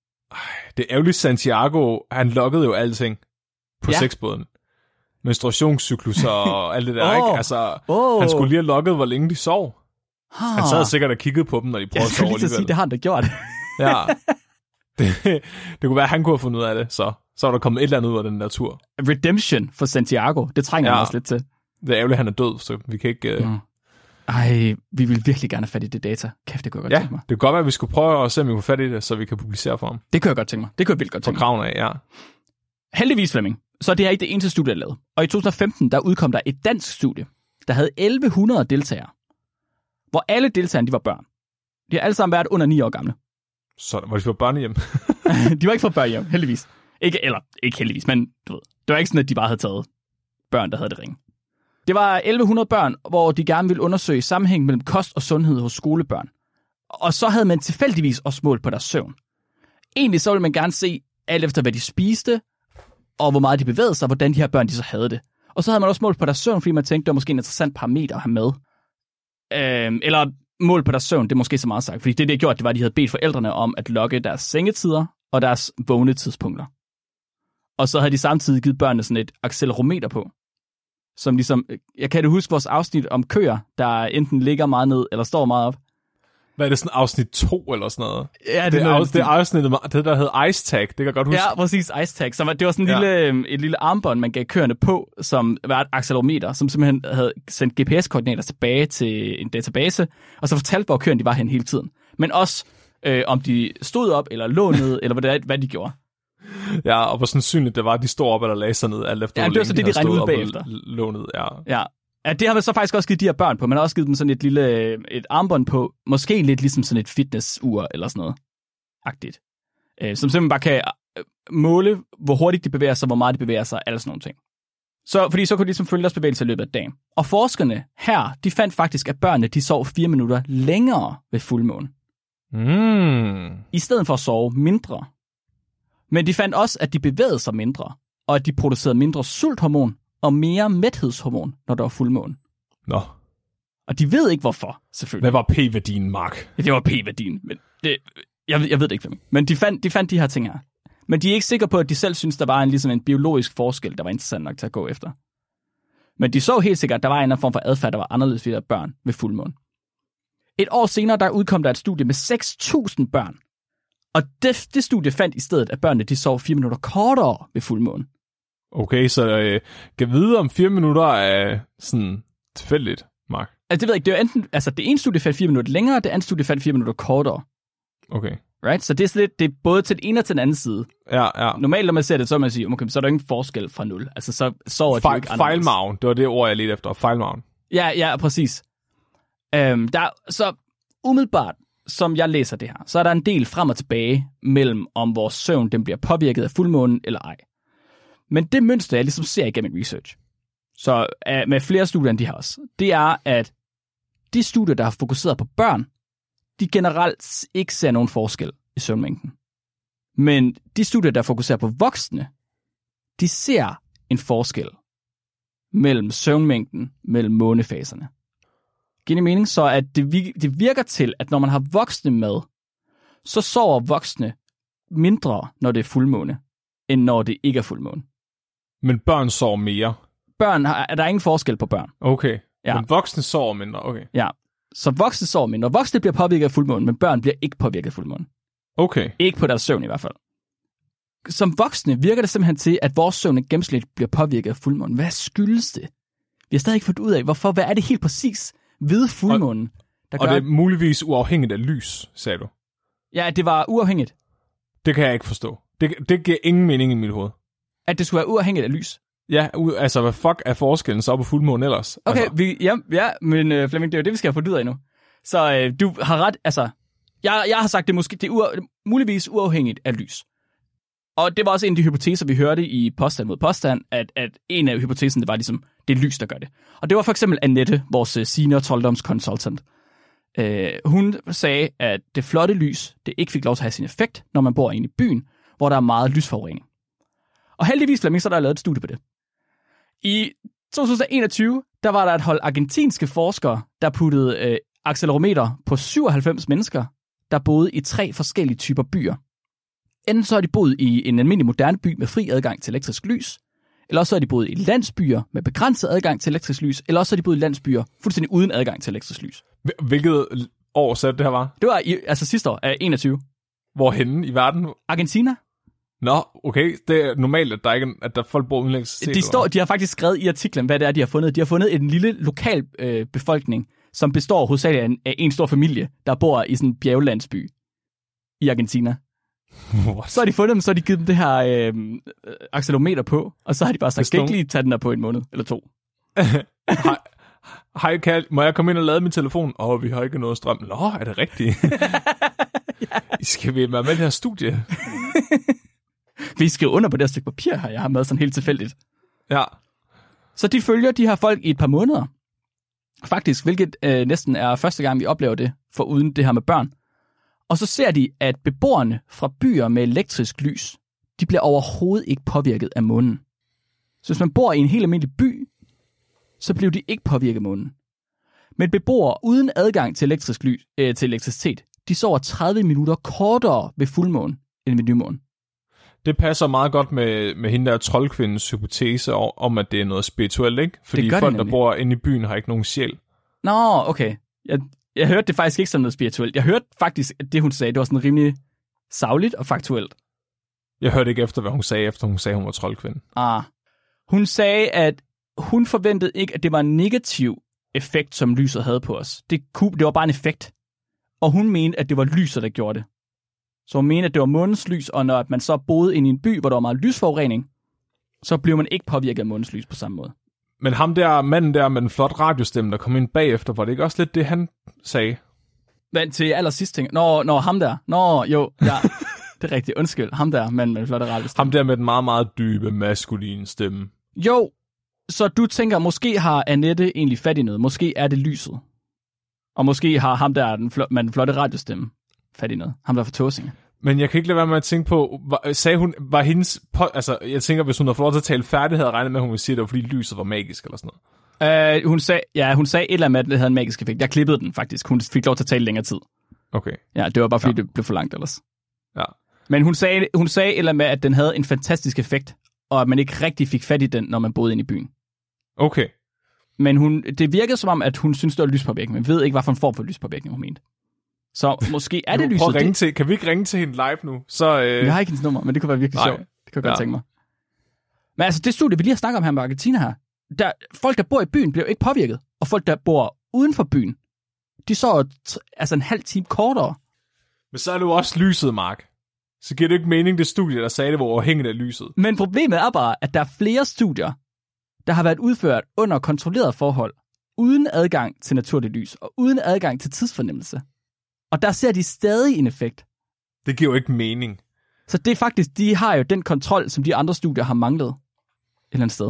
Speaker 2: Det er ærgerligt, Santiago, han loggede jo alting på ja. sexbåden. Menstruationscykluser og alt det der, oh, ikke? Altså, oh. han skulle lige have logget, hvor længe de sov. Ha. Han sad sikkert og kiggede på dem, når de prøvede at sove alligevel. Jeg skulle lige sige,
Speaker 1: det har han da gjort.
Speaker 2: Ja. Det, det kunne være, at han kunne have fundet ud af det, så, så var der kommet et eller andet ud af den der tur.
Speaker 1: Redemption for Santiago, det trænger ja. han også lidt til.
Speaker 2: Det er ærgerligt, at han er død, så vi kan ikke... Uh...
Speaker 1: Mm. Ej, vi vil virkelig gerne have fat i det data. Kæft, det kunne jeg godt
Speaker 2: ja,
Speaker 1: tænke mig.
Speaker 2: Det kunne godt være, at vi skulle prøve at se, om vi kunne få fat i det, så vi kan publicere for ham.
Speaker 1: Det kunne jeg godt tænke mig. Det kunne jeg vildt godt tænke mig.
Speaker 2: For kravene af, ja.
Speaker 1: Heldigvis, Flemming, så er det her ikke det eneste studie, jeg lavede. Og i to tusind og femten, der udkom der et dansk studie, der havde elleve hundrede deltagere, hvor alle deltagerne, de var børn. De har alle sammen været under ni år gamle.
Speaker 2: Så var de fra børnehjem?
Speaker 1: De var ikke fra børnehjem, heldigvis. Ikke, eller ikke heldigvis, men du ved, det var ikke sådan, at de bare havde taget børn, der havde det ringe. Det var elleve hundrede børn, hvor de gerne ville undersøge sammenhæng mellem kost og sundhed hos skolebørn. Og så havde man tilfældigvis også målt på deres søvn. egentlig så ville man gerne se, alt efter hvad de spiste, og hvor meget de bevægede sig, hvordan de her børn de så havde det. Og så havde man også målt på deres søvn, fordi man tænkte, det var måske en interessant parameter at have med. Øhm, eller mål på deres søvn, det er måske så meget sagt. Fordi det, det gjorde, det var, at de havde bedt forældrene om at logge deres sengetider og deres vågne tidspunkter. Og så havde de samtidig givet børnene sådan et accelerometer på. Som ligesom, jeg kan det huske vores afsnit om køer, der enten ligger meget ned, eller står meget op.
Speaker 2: Hvad er det, sådan afsnit to eller sådan noget?
Speaker 1: Ja, det,
Speaker 2: det,
Speaker 1: er,
Speaker 2: af, det er afsnittet, det der hed Ice Tag, det kan jeg godt huske.
Speaker 1: Ja, præcis, Ice Tag. Som, det var sådan en
Speaker 2: ja.
Speaker 1: lille, et lille armbånd, man gav køerne på, som var et accelerometer, som simpelthen havde sendt G P S-koordinater tilbage til en database, og så fortalte, hvor køerne de var hen hele tiden. Men også, øh, om de stod op, eller lå ned, eller hvad, det, hvad de gjorde.
Speaker 2: Ja, og hvor sandsynligt det var, at de stod op eller lagde sig ned, alt efter
Speaker 1: ja,
Speaker 2: hvor
Speaker 1: det var så det, de regnede ud bagefter.
Speaker 2: Lå ned, ja.
Speaker 1: Ja. Ja, det har man så faktisk også givet de her børn på. Man har også givet dem sådan et lille et armbånd på. Måske lidt ligesom sådan et fitnessur eller sådan noget. Agtigt. Øh, som simpelthen bare kan måle, hvor hurtigt de bevæger sig, hvor meget de bevæger sig, alle sådan nogle ting. Så, fordi så kunne de ligesom følge deres bevægelser i løbet af dagen. Og forskerne her, de fandt faktisk, at børnene de sov fire minutter længere ved fuldmåne.
Speaker 2: Mm.
Speaker 1: I stedet for at sove mindre. Men de fandt også, at de bevægede sig mindre, og at de producerede mindre sulthormon, og mere mæthedshormon, når der var fuldmåne.
Speaker 2: Nå.
Speaker 1: Og de ved ikke, hvorfor, selvfølgelig.
Speaker 2: Hvad var p-værdien, Mark?
Speaker 1: Ja, det var p-værdien, men det, jeg, jeg ved det ikke. Men de fandt, de fandt de her ting her. Men de er ikke sikre på, at de selv synes, der var en, ligesom en biologisk forskel, der var interessant nok til at gå efter. Men de så helt sikkert, at der var en eller anden form for adfærd, der var anderledes ved børn ved fuldmåne. Et år senere, der udkom der et studie med seks tusind børn. Og det, det studie fandt i stedet, at børnene de sov fire minutter kortere ved fuldmåne.
Speaker 2: Okay, så øh, kan vide om fire minutter er sådan tilfældigt, Mark?
Speaker 1: Altså, det ved jeg ikke. Det er enten, altså, det ene studie fandt fire minutter længere, og det andet studie fandt fire minutter kortere.
Speaker 2: Okay.
Speaker 1: Right? Så det er, sådan lidt, det er både til den ene og til den anden side.
Speaker 2: Ja, ja.
Speaker 1: Normalt, når man ser det, så man siger, okay, så er der ingen forskel fra nul. Altså, så sover de jo ikke anderledes.
Speaker 2: Fejlmagen, det var det ord, jeg ledte efter. Fejlmagen.
Speaker 1: Ja, ja, præcis. Øhm, der, så umiddelbart, som jeg læser det her, så er der en del frem og tilbage mellem, om vores søvn den bliver påvirket af fuldmånen eller ej. Men det mønster, jeg ligesom ser igennem research, så uh, med flere studier end de her også, det er, at de studier, der har fokuseret på børn, de generelt ikke ser nogen forskel i søvnmængden. Men de studier, der fokuserer på voksne, de ser en forskel mellem søvnmængden, mellem månefaserne. Giver det mening? Så at det, det virker til, at når man har voksne med, så sover voksne mindre, når det er fuldmåne, end når det ikke er fuldmåne.
Speaker 2: Men børn sover mere?
Speaker 1: Børn, er der ingen forskel på børn.
Speaker 2: Okay,
Speaker 1: ja.
Speaker 2: Men voksne sover mindre, okay.
Speaker 1: Ja, så voksne sover mindre. Voksne bliver påvirket af fuldmåne, men børn bliver ikke påvirket af fuldmåne.
Speaker 2: Okay.
Speaker 1: Ikke på deres søvn i hvert fald. Som voksne virker det simpelthen til, at vores søvn gennemsnitligt bliver påvirket af fuldmånen. Hvad skyldes det? Vi har stadig ikke fået ud af, hvorfor. Hvad er det helt præcis ved fuldmånen, der
Speaker 2: og,
Speaker 1: gør...
Speaker 2: Og det er muligvis uafhængigt af lys, sagde du?
Speaker 1: Ja, det var uafhængigt.
Speaker 2: Det kan jeg ikke forstå. Det, det giver ingen mening i mit hoved.
Speaker 1: At det skulle være uafhængigt af lys?
Speaker 2: Ja, u- altså hvad fuck er forskellen så på fuldmånen ellers?
Speaker 1: Okay,
Speaker 2: altså.
Speaker 1: vi, ja, ja, men uh, Flemming, det er jo det, vi skal have fået ud af nu. Så uh, du har ret, altså... Jeg, jeg har sagt, det er, måske, det er ua- muligvis uafhængigt af lys. Og det var også en af de hypoteser, vi hørte i påstand mod påstand, at, at en af hypoteserne, det var ligesom, det er lys, der gør det. Og det var for eksempel Annette, vores senior trolddomskonsultant. Uh, hun sagde, at det flotte lys, det ikke fik lov til at have sin effekt, når man bor inde i byen, hvor der er meget lysforurening. Og heldigvis, Flemming, så er der lavet et studie på det. I to tusind og enogtyve, der var der et hold argentinske forskere, der puttede øh, accelerometer på syvoghalvfems mennesker, der boede i tre forskellige typer byer. Enten så har de boet i en almindelig moderne by med fri adgang til elektrisk lys, eller også så har de boet i landsbyer med begrænset adgang til elektrisk lys, eller også så har de boet i landsbyer fuldstændig uden adgang til elektrisk lys.
Speaker 2: Hvilket år så det her var?
Speaker 1: Det var i, altså sidste år af enogtyve.
Speaker 2: Hvorhenne i verden?
Speaker 1: Argentina.
Speaker 2: Nå, okay. Det er normalt, at der ikke at der folk bor uden elektricitet.
Speaker 1: De, står, de har faktisk skrevet i artiklen, hvad det er, de har fundet. De har fundet en lille lokal øh, befolkning, som består hovedsageligt af en, af en stor familie, der bor i sådan en bjerglandsby i Argentina. What? Så har de fundet dem, så har de givet dem det her øh, accelerometer på, og så har de bare sagt, skal ikke lige tage den der på en måned eller to.
Speaker 2: Hej, hej Karl, må jeg komme ind og lade min telefon? Åh, oh, vi har ikke noget strøm. Nå, er det rigtigt? Ja. Skal vi være med i det her studie?
Speaker 1: Vi skriver under på det her stykke papir her, jeg har med sådan helt tilfældigt.
Speaker 2: Ja.
Speaker 1: Så de følger de her folk i et par måneder. Faktisk, hvilket øh, næsten er første gang, vi oplever det, for uden det her med børn. Og så ser de, at beboerne fra byer med elektrisk lys, de bliver overhovedet ikke påvirket af månen. Så hvis man bor i en helt almindelig by, så bliver de ikke påvirket af månen. Men beboere uden adgang til elektrisk lys, øh, til elektricitet, de sover tredive minutter kortere ved fuldmåne end ved nymåne.
Speaker 2: Det passer meget godt med, med hende der troldkvindens hypotese om, at det er noget spirituelt, ikke? Fordi folk, der bor inde i byen, har ikke nogen sjæl.
Speaker 1: Nå, okay. Jeg, jeg hørte det faktisk ikke som noget spirituelt. Jeg hørte faktisk, at det, hun sagde, det var sådan rimelig sagligt og faktuelt.
Speaker 2: Jeg hørte ikke efter, hvad hun sagde, efter hun sagde, hun var troldkvinde.
Speaker 1: Ah. Hun sagde, at hun forventede ikke, at det var en negativ effekt, som lyset havde på os. Det, kunne, det var bare en effekt. Og hun mente, at det var lyset, der gjorde det. Så hun mente, at det var månens lys, og når man så boede inde i en by, hvor der var meget lysforurening, så blev man ikke påvirket af månens lys på samme måde.
Speaker 2: Men ham der, manden der med den flotte radiostemme, der kom ind bagefter, var det ikke også lidt det, han sagde?
Speaker 1: Men til allersidst ting. Nå, nå, ham der. Nå, jo, ja. Det er rigtigt. Undskyld. Ham der, manden med den flotte radiostemme.
Speaker 2: Ham der med den meget, meget dybe, maskuline stemme.
Speaker 1: Jo, så du tænker, måske har Annette egentlig fat i noget. Måske er det lyset. Og måske har ham der den fl- med den flotte radiostemme fat i noget. Ham der for Tåsinge.
Speaker 2: Men jeg kan ikke lade være med at tænke på, var, sagde hun, var hendes, på, altså jeg tænker, hvis hun havde fået lov til at tale færdig, havde jeg regnet med, at hun ville sige, at det var fordi lyset var magisk eller sådan
Speaker 1: noget. Uh, hun sagde, ja, hun sagde et eller andet med, at det havde en magisk effekt. Jeg klippede den faktisk. Hun fik lov til at tale længere tid.
Speaker 2: Okay.
Speaker 1: Ja, det var bare fordi, ja. det blev for langt ellers. Ja. Men hun sagde, hun sagde et eller andet med, at den havde en fantastisk effekt, og at man ikke rigtig fik fat i den, når man boede inde i byen.
Speaker 2: Okay.
Speaker 1: Men hun, det virkede som om, at hun synes, det var lyspåvirkning, men ved ikke, hvad for en form for lyspåvirkning hun mente. Så måske er det lyset.
Speaker 2: Ringe til. Kan vi ikke ringe til hende live nu? Så, øh...
Speaker 1: Jeg har ikke hendes nummer, men det kunne være virkelig sjovt. Det kunne jeg ja. godt tænke mig. Men altså, det studie, vi lige har snakket om her med Argentina her, der, folk, der bor i byen, bliver ikke påvirket, og folk, der bor uden for byen, de så altså en halv time kortere.
Speaker 2: Men så er det jo også lyset, Mark. Så giver det ikke mening, det studie, der sagde det, hvor afhængigt af lyset.
Speaker 1: Men problemet er bare, at der er flere studier, der har været udført under kontrolleret forhold, uden adgang til naturligt lys, og uden adgang til tidsfornemmelse. Og der ser de stadig en effekt.
Speaker 2: Det giver jo ikke mening.
Speaker 1: Så det er faktisk, de har jo den kontrol, som de andre studier har manglet et eller andet sted.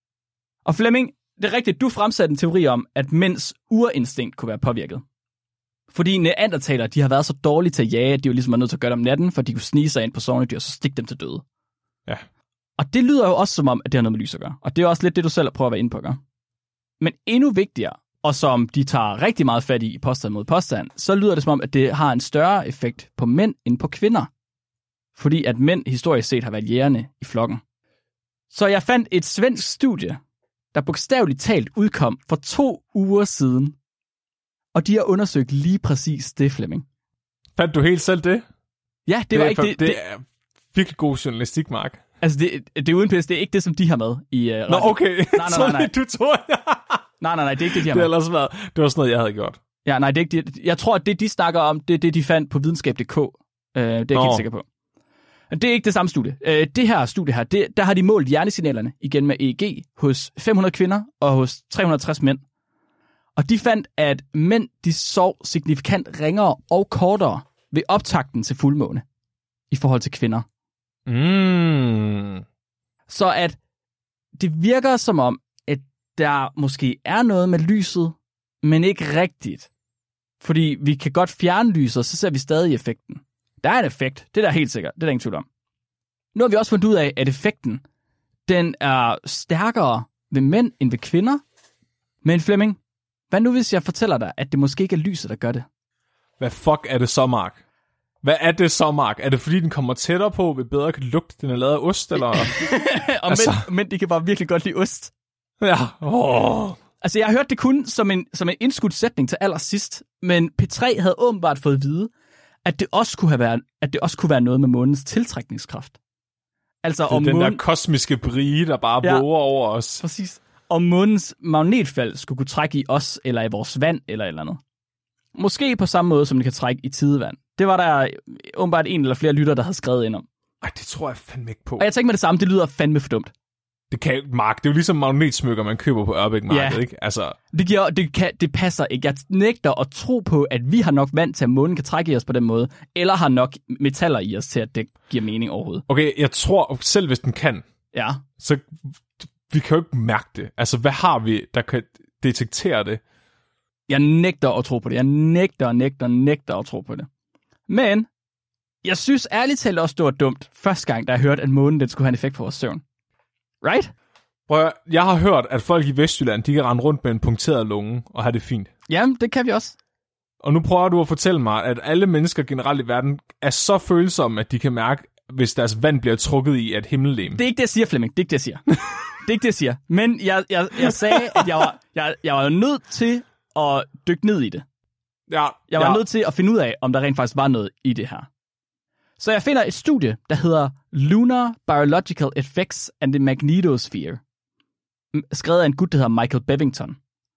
Speaker 1: Og Flemming, det er rigtigt, du fremsatte en teori om, at mænds urinstinkt kunne være påvirket. Fordi neandertalere, de har været så dårlige til at jage, at de jo ligesom er nødt til at gøre det om natten, for de kunne snige sig ind på sovende dyr, og så stikke dem til døde.
Speaker 2: Ja.
Speaker 1: Og det lyder jo også som om, at det har noget med lys at gøre. Og det er også lidt det, du selv prøver at være inde på at gøre. Men endnu vigtigere, og som de tager rigtig meget fat i i påstand mod påstand, så lyder det som om, at det har en større effekt på mænd end på kvinder. Fordi at mænd historisk set har været jægerne i flokken. Så jeg fandt et svensk studie, der bogstaveligt talt udkom for to uger siden. Og de har undersøgt lige præcis det, Flemming.
Speaker 2: Fandt du helt selv det?
Speaker 1: Ja, det, det var ikke det.
Speaker 2: Det, det er virkelig god journalistik, Mark.
Speaker 1: Altså, det, det er uden pæs, det er ikke det, som de har med i uh,
Speaker 2: Nå, okay. Nej,
Speaker 1: nej, nej, nej.
Speaker 2: du tror,
Speaker 1: nej, nej, nej, det er ikke det, de har
Speaker 2: det
Speaker 1: med.
Speaker 2: Ellers været, det var sådan noget, jeg havde gjort.
Speaker 1: Ja, nej, det er ikke det. Jeg tror, at det, de snakker om, det er det, de fandt på videnskab punktum d k. Uh, det er jeg Nå. helt sikker på. Det er ikke det samme studie. Uh, det her studie her, det, der har de målt hjernesignalerne igen med E E G hos fem hundrede kvinder og hos tre hundrede og tres mænd. Og de fandt, at mænd, de sov signifikant ringere og kortere ved optakten til fuldmåne i forhold til kvinder.
Speaker 2: Mm.
Speaker 1: Så at det virker som om, at der måske er noget med lyset, men ikke rigtigt. Fordi vi kan godt fjerne lyset, så ser vi stadig effekten. Der er en effekt, det er der helt sikkert, det er der ingen tvivl om. Nu har vi også fundet ud af, at effekten, den er stærkere ved mænd end ved kvinder. Men Flemming, hvad nu hvis jeg fortæller dig, at det måske ikke er lyset, der gør det?
Speaker 2: Hvad fuck er det så, Mark? Hvad er det så, Mark? Er det fordi, den kommer tættere på, ved bedre kan lugte, den er lavet af ost, eller?
Speaker 1: Og altså... mænd, mænd, de kan bare virkelig godt lide ost.
Speaker 2: Ja. Oh.
Speaker 1: Altså, jeg har hørt det kun som en, som en indskudt sætning til allersidst, men P tre havde åbenbart fået at vide, at det også kunne have været, at det også kunne være noget med månens tiltrækningskraft. Altså,
Speaker 2: det er
Speaker 1: om
Speaker 2: den
Speaker 1: månen...
Speaker 2: der kosmiske brie, der bare
Speaker 1: ja,
Speaker 2: våger over os.
Speaker 1: Præcis. Om månens magnetfelt skulle kunne trække i os, eller i vores vand, eller et eller andet. Måske på samme måde, som det kan trække i tidevand. Det var der åbenbart en eller flere lytter, der havde skrevet ind om.
Speaker 2: Ej, det tror jeg fandme ikke på.
Speaker 1: Og jeg tænker med det samme, det lyder fandme for dumt.
Speaker 2: Det kan Mark, det er jo ligesom magnetsmykker, man køber på Ørbæk-markedet,
Speaker 1: ja.
Speaker 2: ikke? Altså...
Speaker 1: Det, giver, det, kan, det passer ikke. Jeg nægter at tro på, at vi har nok vand til, at månen kan trække i os på den måde, eller har nok metaller i os til, at det giver mening overhovedet.
Speaker 2: Okay, jeg tror, selv hvis den kan,
Speaker 1: ja.
Speaker 2: så vi kan jo ikke mærke det. Altså, hvad har vi, der kan detektere det?
Speaker 1: Jeg nægter at tro på det. Jeg nægter, nægter, nægter at tro på det. Men jeg synes ærligt talt også, det var dumt første gang, da jeg hørte, at månen den skulle have en effekt på vores søvn. Right?
Speaker 2: Prøv, jeg har hørt, at folk i Vestjylland, de kan rende rundt med en punkteret lunge og have det fint.
Speaker 1: Jamen, det kan vi også.
Speaker 2: Og nu prøver du at fortælle mig, at alle mennesker generelt i verden er så følsomme, at de kan mærke, hvis deres vand bliver trukket i et himmellegeme.
Speaker 1: Det er ikke det, jeg siger, Flemming. Det er ikke det, jeg siger. Det er ikke det, jeg siger. Men jeg, jeg, jeg sagde, at jeg var, jeg, jeg var nødt til at dykke ned i det.
Speaker 2: Ja,
Speaker 1: jeg var
Speaker 2: ja.
Speaker 1: nødt til at finde ud af, om der rent faktisk var noget i det her. Så jeg finder et studie, der hedder Lunar Biological Effects and the Magnetosphere. Skrevet af en gut, der hedder Michael Bevington.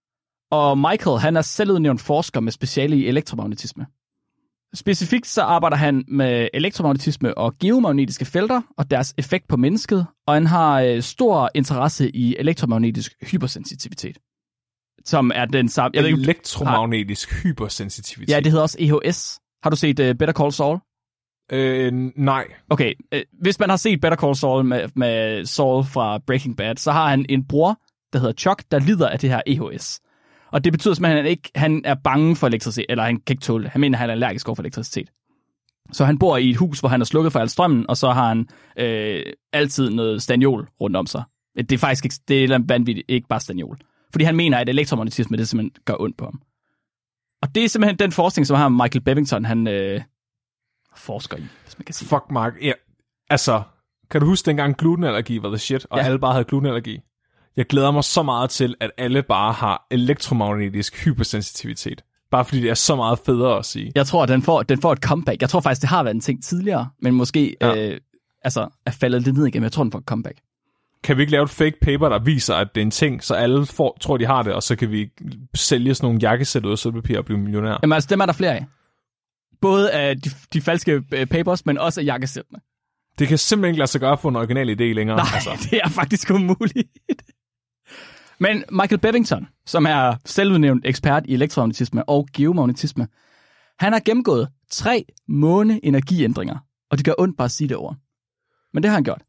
Speaker 1: Og Michael, han er selvudnævnt forsker med speciale i elektromagnetisme. Specifikt så arbejder han med elektromagnetisme og geomagnetiske felter og deres effekt på mennesket, og han har øh, stor interesse i elektromagnetisk hypersensitivitet. Som er den samme... Jeg
Speaker 2: elektromagnetisk har... hypersensitivitet?
Speaker 1: Ja, det hedder også E H S. Har du set uh, Better Call Saul?
Speaker 2: Øh, nej.
Speaker 1: Okay, øh, hvis man har set Better Call Saul med, med Saul fra Breaking Bad, så har han en bror, der hedder Chuck, der lider af det her E H S. Og det betyder simpelthen, at han, ikke, han er bange for elektricitet, eller han kan ikke tåle det. Han mener, at han er allergisk over for elektricitet. Så han bor i et hus, hvor han er slukket for al strømmen, og så har han øh, altid noget staniol rundt om sig. Det er faktisk ikke, det er vanvittigt, ikke bare staniol. Fordi han mener, at elektromagnetisme, det simpelthen gør ondt på ham. Og det er simpelthen den forskning, som har Michael Bevington, han øh, forsker i, hvis man kan sige.
Speaker 2: Fuck, Mark. Ja, altså, kan du huske dengang glutenallergi var the shit, og ja. alle bare havde glutenallergi? Jeg glæder mig så meget til, at alle bare har elektromagnetisk hypersensitivitet. Bare fordi det er så meget federe at sige.
Speaker 1: Jeg tror, at den får, den får et comeback. Jeg tror faktisk, det har været en ting tidligere, men måske ja. øh, altså, er faldet lidt ned igen. Jeg tror, den får et comeback.
Speaker 2: Kan vi ikke lave et fake paper, der viser, at det er en ting, så alle får, tror, de har det, og så kan vi sælge sådan nogle jakkesæt ud af sølvpapir og blive millionær?
Speaker 1: Jamen altså, dem er der flere af. Både af de, de falske papers, men også af jakkesættene.
Speaker 2: Det kan simpelthen ikke lade sig gøre på en original idé længere.
Speaker 1: Nej,
Speaker 2: altså.
Speaker 1: Det er faktisk umuligt. Men Michael Bevington, som er selvudnævnt ekspert i elektromagnetisme og geomagnetisme, han har gennemgået tre måneenergiændringer, og det gør ondt bare at sige det ord. Men det har han gjort.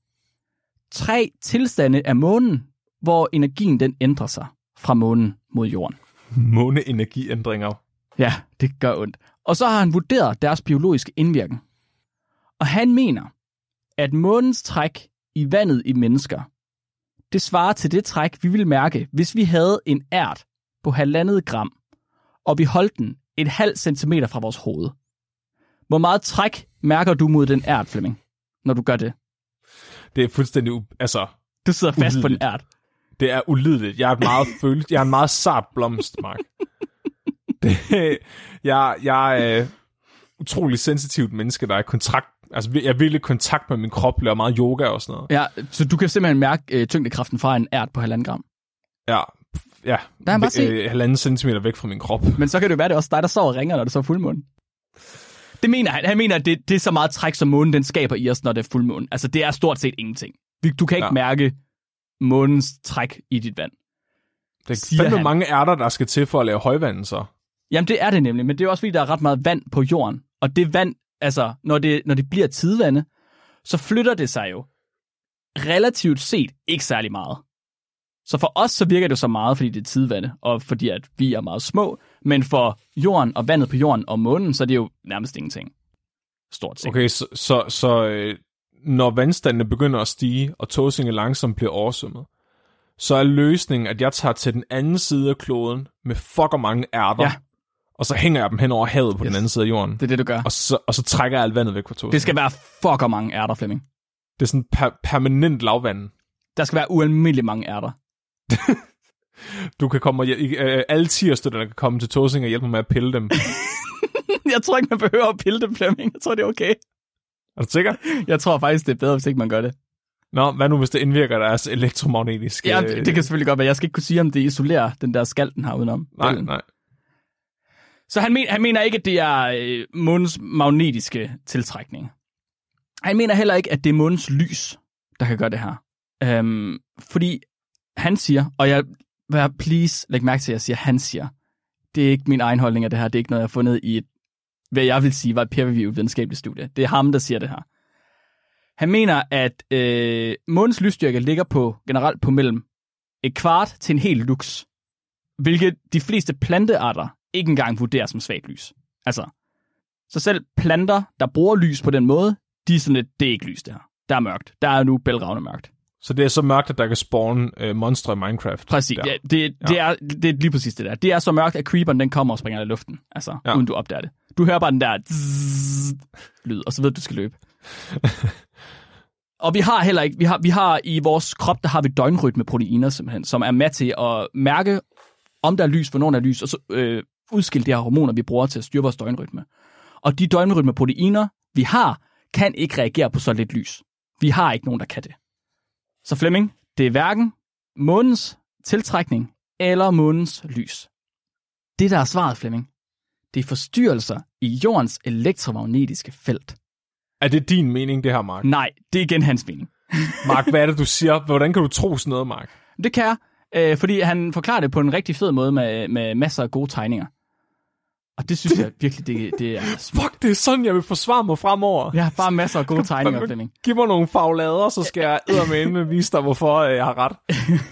Speaker 1: Tre tilstande af månen, hvor energien den ændrer sig fra månen mod jorden.
Speaker 2: Måneenergiændringer.
Speaker 1: Ja, det gør ondt. Og så har han vurderet deres biologiske indvirkning. Og han mener, at månens træk i vandet i mennesker, det svarer til det træk, vi ville mærke, hvis vi havde en ært på halvandet gram, og vi holdt den et halvt centimeter fra vores hoved. Hvor meget træk mærker du mod den ært, Flemming, når du gør det?
Speaker 2: Det er fuldstændig, u- altså...
Speaker 1: Du sidder fast ulideligt. På den ært.
Speaker 2: Det er ulideligt. Jeg er, et meget følt, jeg er en meget sart blomst, Mark. det, jeg, jeg er utrolig sensitivt menneske, der er i kontakt. Altså, jeg er virkelig i kontakt med min krop, laver meget yoga og sådan noget.
Speaker 1: Ja, så du kan simpelthen mærke øh, tyngdekraften fra en ært på halvanden gram?
Speaker 2: Ja, ja.
Speaker 1: Der er bare se.
Speaker 2: Øh, halvanden centimeter væk fra min krop.
Speaker 1: Men så kan det jo være, det er også dig, der sover og ringer, når det så er fuldmåne. Det mener han. Han mener, at det, det er så meget træk, som månen den skaber i os, når det er fuldmåne. Altså, det er stort set ingenting. Du kan ikke ja. mærke månens træk i dit vand.
Speaker 2: Det er fandme mange ærter, der skal til for at lave højvand, så.
Speaker 1: Jamen, det er det nemlig, men det er også fordi, der er ret meget vand på jorden. Og det vand, altså, når det, når det bliver tidvande, så flytter det sig jo relativt set ikke særlig meget. Så for os, så virker det så meget, fordi det er tidvande, og fordi at vi er meget små. Men for jorden og vandet på jorden og månen, så er det jo nærmest ingenting. Stort set.
Speaker 2: Okay, så, så, så øh, når vandstandene begynder at stige, og Tåsinge langsomt bliver oversvømmet, så er løsningen, at jeg tager til den anden side af kloden med fucker mange ærter, ja. Og så hænger jeg dem hen over havet på yes. den anden side af jorden.
Speaker 1: Det er det, du gør.
Speaker 2: Og så, og så trækker jeg alt vandet væk fra Tåsinge.
Speaker 1: Det skal være fucker mange ærter, Flemming.
Speaker 2: Det er sådan per- permanent lavvand.
Speaker 1: Der skal være ualmindeligt mange ærter.
Speaker 2: Du kan komme og hjælpe, alle tigerstøtterne kan komme til Tåsinge og hjælpe mig med at pille dem.
Speaker 1: Jeg tror ikke, man behøver at pille dem, Flemming. Jeg tror, det er okay.
Speaker 2: Er du sikker?
Speaker 1: Jeg tror faktisk, det er bedre, hvis ikke man gør det.
Speaker 2: Nå, hvad nu, hvis det indvirker deres elektromagnetiske...
Speaker 1: Ja, det, det kan selvfølgelig godt være. Jeg skal ikke kunne sige, om det isolerer den der skal, den har udenom.
Speaker 2: Nej, nej.
Speaker 1: Så han, men, han mener ikke, at det er øh, månens magnetiske tiltrækning. Han mener heller ikke, at det er månens lys, der kan gøre det her. Øhm, fordi han siger, og jeg please læg mærke til, at jeg siger, han siger, det er ikke min egen holdning af det her, det er ikke noget, jeg har fundet i et, hvad jeg vil sige, var et peer-reviewed videnskabeligt studie. Det er ham, der siger det her. Han mener, at øh, månens lysstyrke ligger på generelt på mellem et kvart til en hel lux, hvilket de fleste plantearter ikke engang vurderer som svagt lys. Altså, Så selv planter, der bruger lys på den måde, de er sådan lidt, det er ikke lys der. Der er mørkt. Der er nu bælragende mørkt.
Speaker 2: Så det er så mørkt, at der kan spawne øh, monstre i Minecraft?
Speaker 1: Præcis. Ja, det, det, ja. er, det er lige præcis det der. Det er så mørkt, at creeperen den kommer og springer i luften. Altså, ja. Uden du opdager det. Du hører bare den der zzz, lyd, og så ved du, du skal løbe. Og vi har heller ikke, vi har, vi har i vores krop, der har vi døgnrytmeproteiner simpelthen, som er med til at mærke, om der er lys, hvornår der er lys, og så øh, udskille de her hormoner, vi bruger til at styre vores døgnrytme. Og de døgnrytmeproteiner, vi har, kan ikke reagere på så lidt lys. Vi har ikke nogen, der kan det. Så Flemming, det er hverken månens tiltrækning eller månens lys. Det, der er svaret, Flemming, det er forstyrrelser i jordens elektromagnetiske felt.
Speaker 2: Er det din mening, det her, Mark?
Speaker 1: Nej, det er igen hans mening.
Speaker 2: Mark, hvad er det, du siger? Hvordan kan du tro sådan noget, Mark?
Speaker 1: Det kan jeg, øh, fordi han forklarer det på en rigtig fed måde med, med masser af gode tegninger. Og det synes jeg virkelig, det, det er smukt.
Speaker 2: Fuck, det er sådan, jeg vil forsvare mig fremover.
Speaker 1: Jeg har bare masser af gode tegninger, Flemming.
Speaker 2: Giv mig nogle faglader, så skal jeg eddermame vise dig, hvorfor jeg har ret.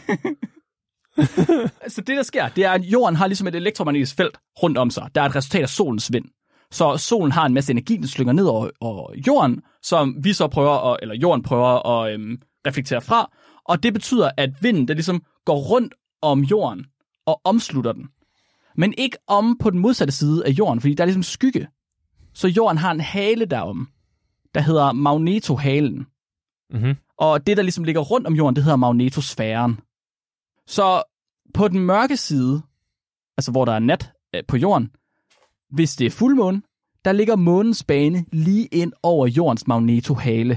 Speaker 1: Så det, der sker, det er, at jorden har ligesom et elektromagnetisk felt rundt om sig. Der er et resultat af solens vind. Så solen har en masse energi, der slynger ned over, over jorden, som vi så prøver, at, eller jorden prøver at øhm, reflektere fra. Og det betyder, at vinden, der ligesom går rundt om jorden og omslutter den. Men ikke om på den modsatte side af jorden, fordi der er ligesom skygge. Så jorden har en hale derom, der hedder magnetohalen.
Speaker 2: Mm-hmm.
Speaker 1: Og det, der ligesom ligger rundt om jorden, det hedder magnetosfæren. Så på den mørke side, altså hvor der er nat på jorden, hvis det er fuldmåne, der ligger månens bane lige ind over jordens magnetohale.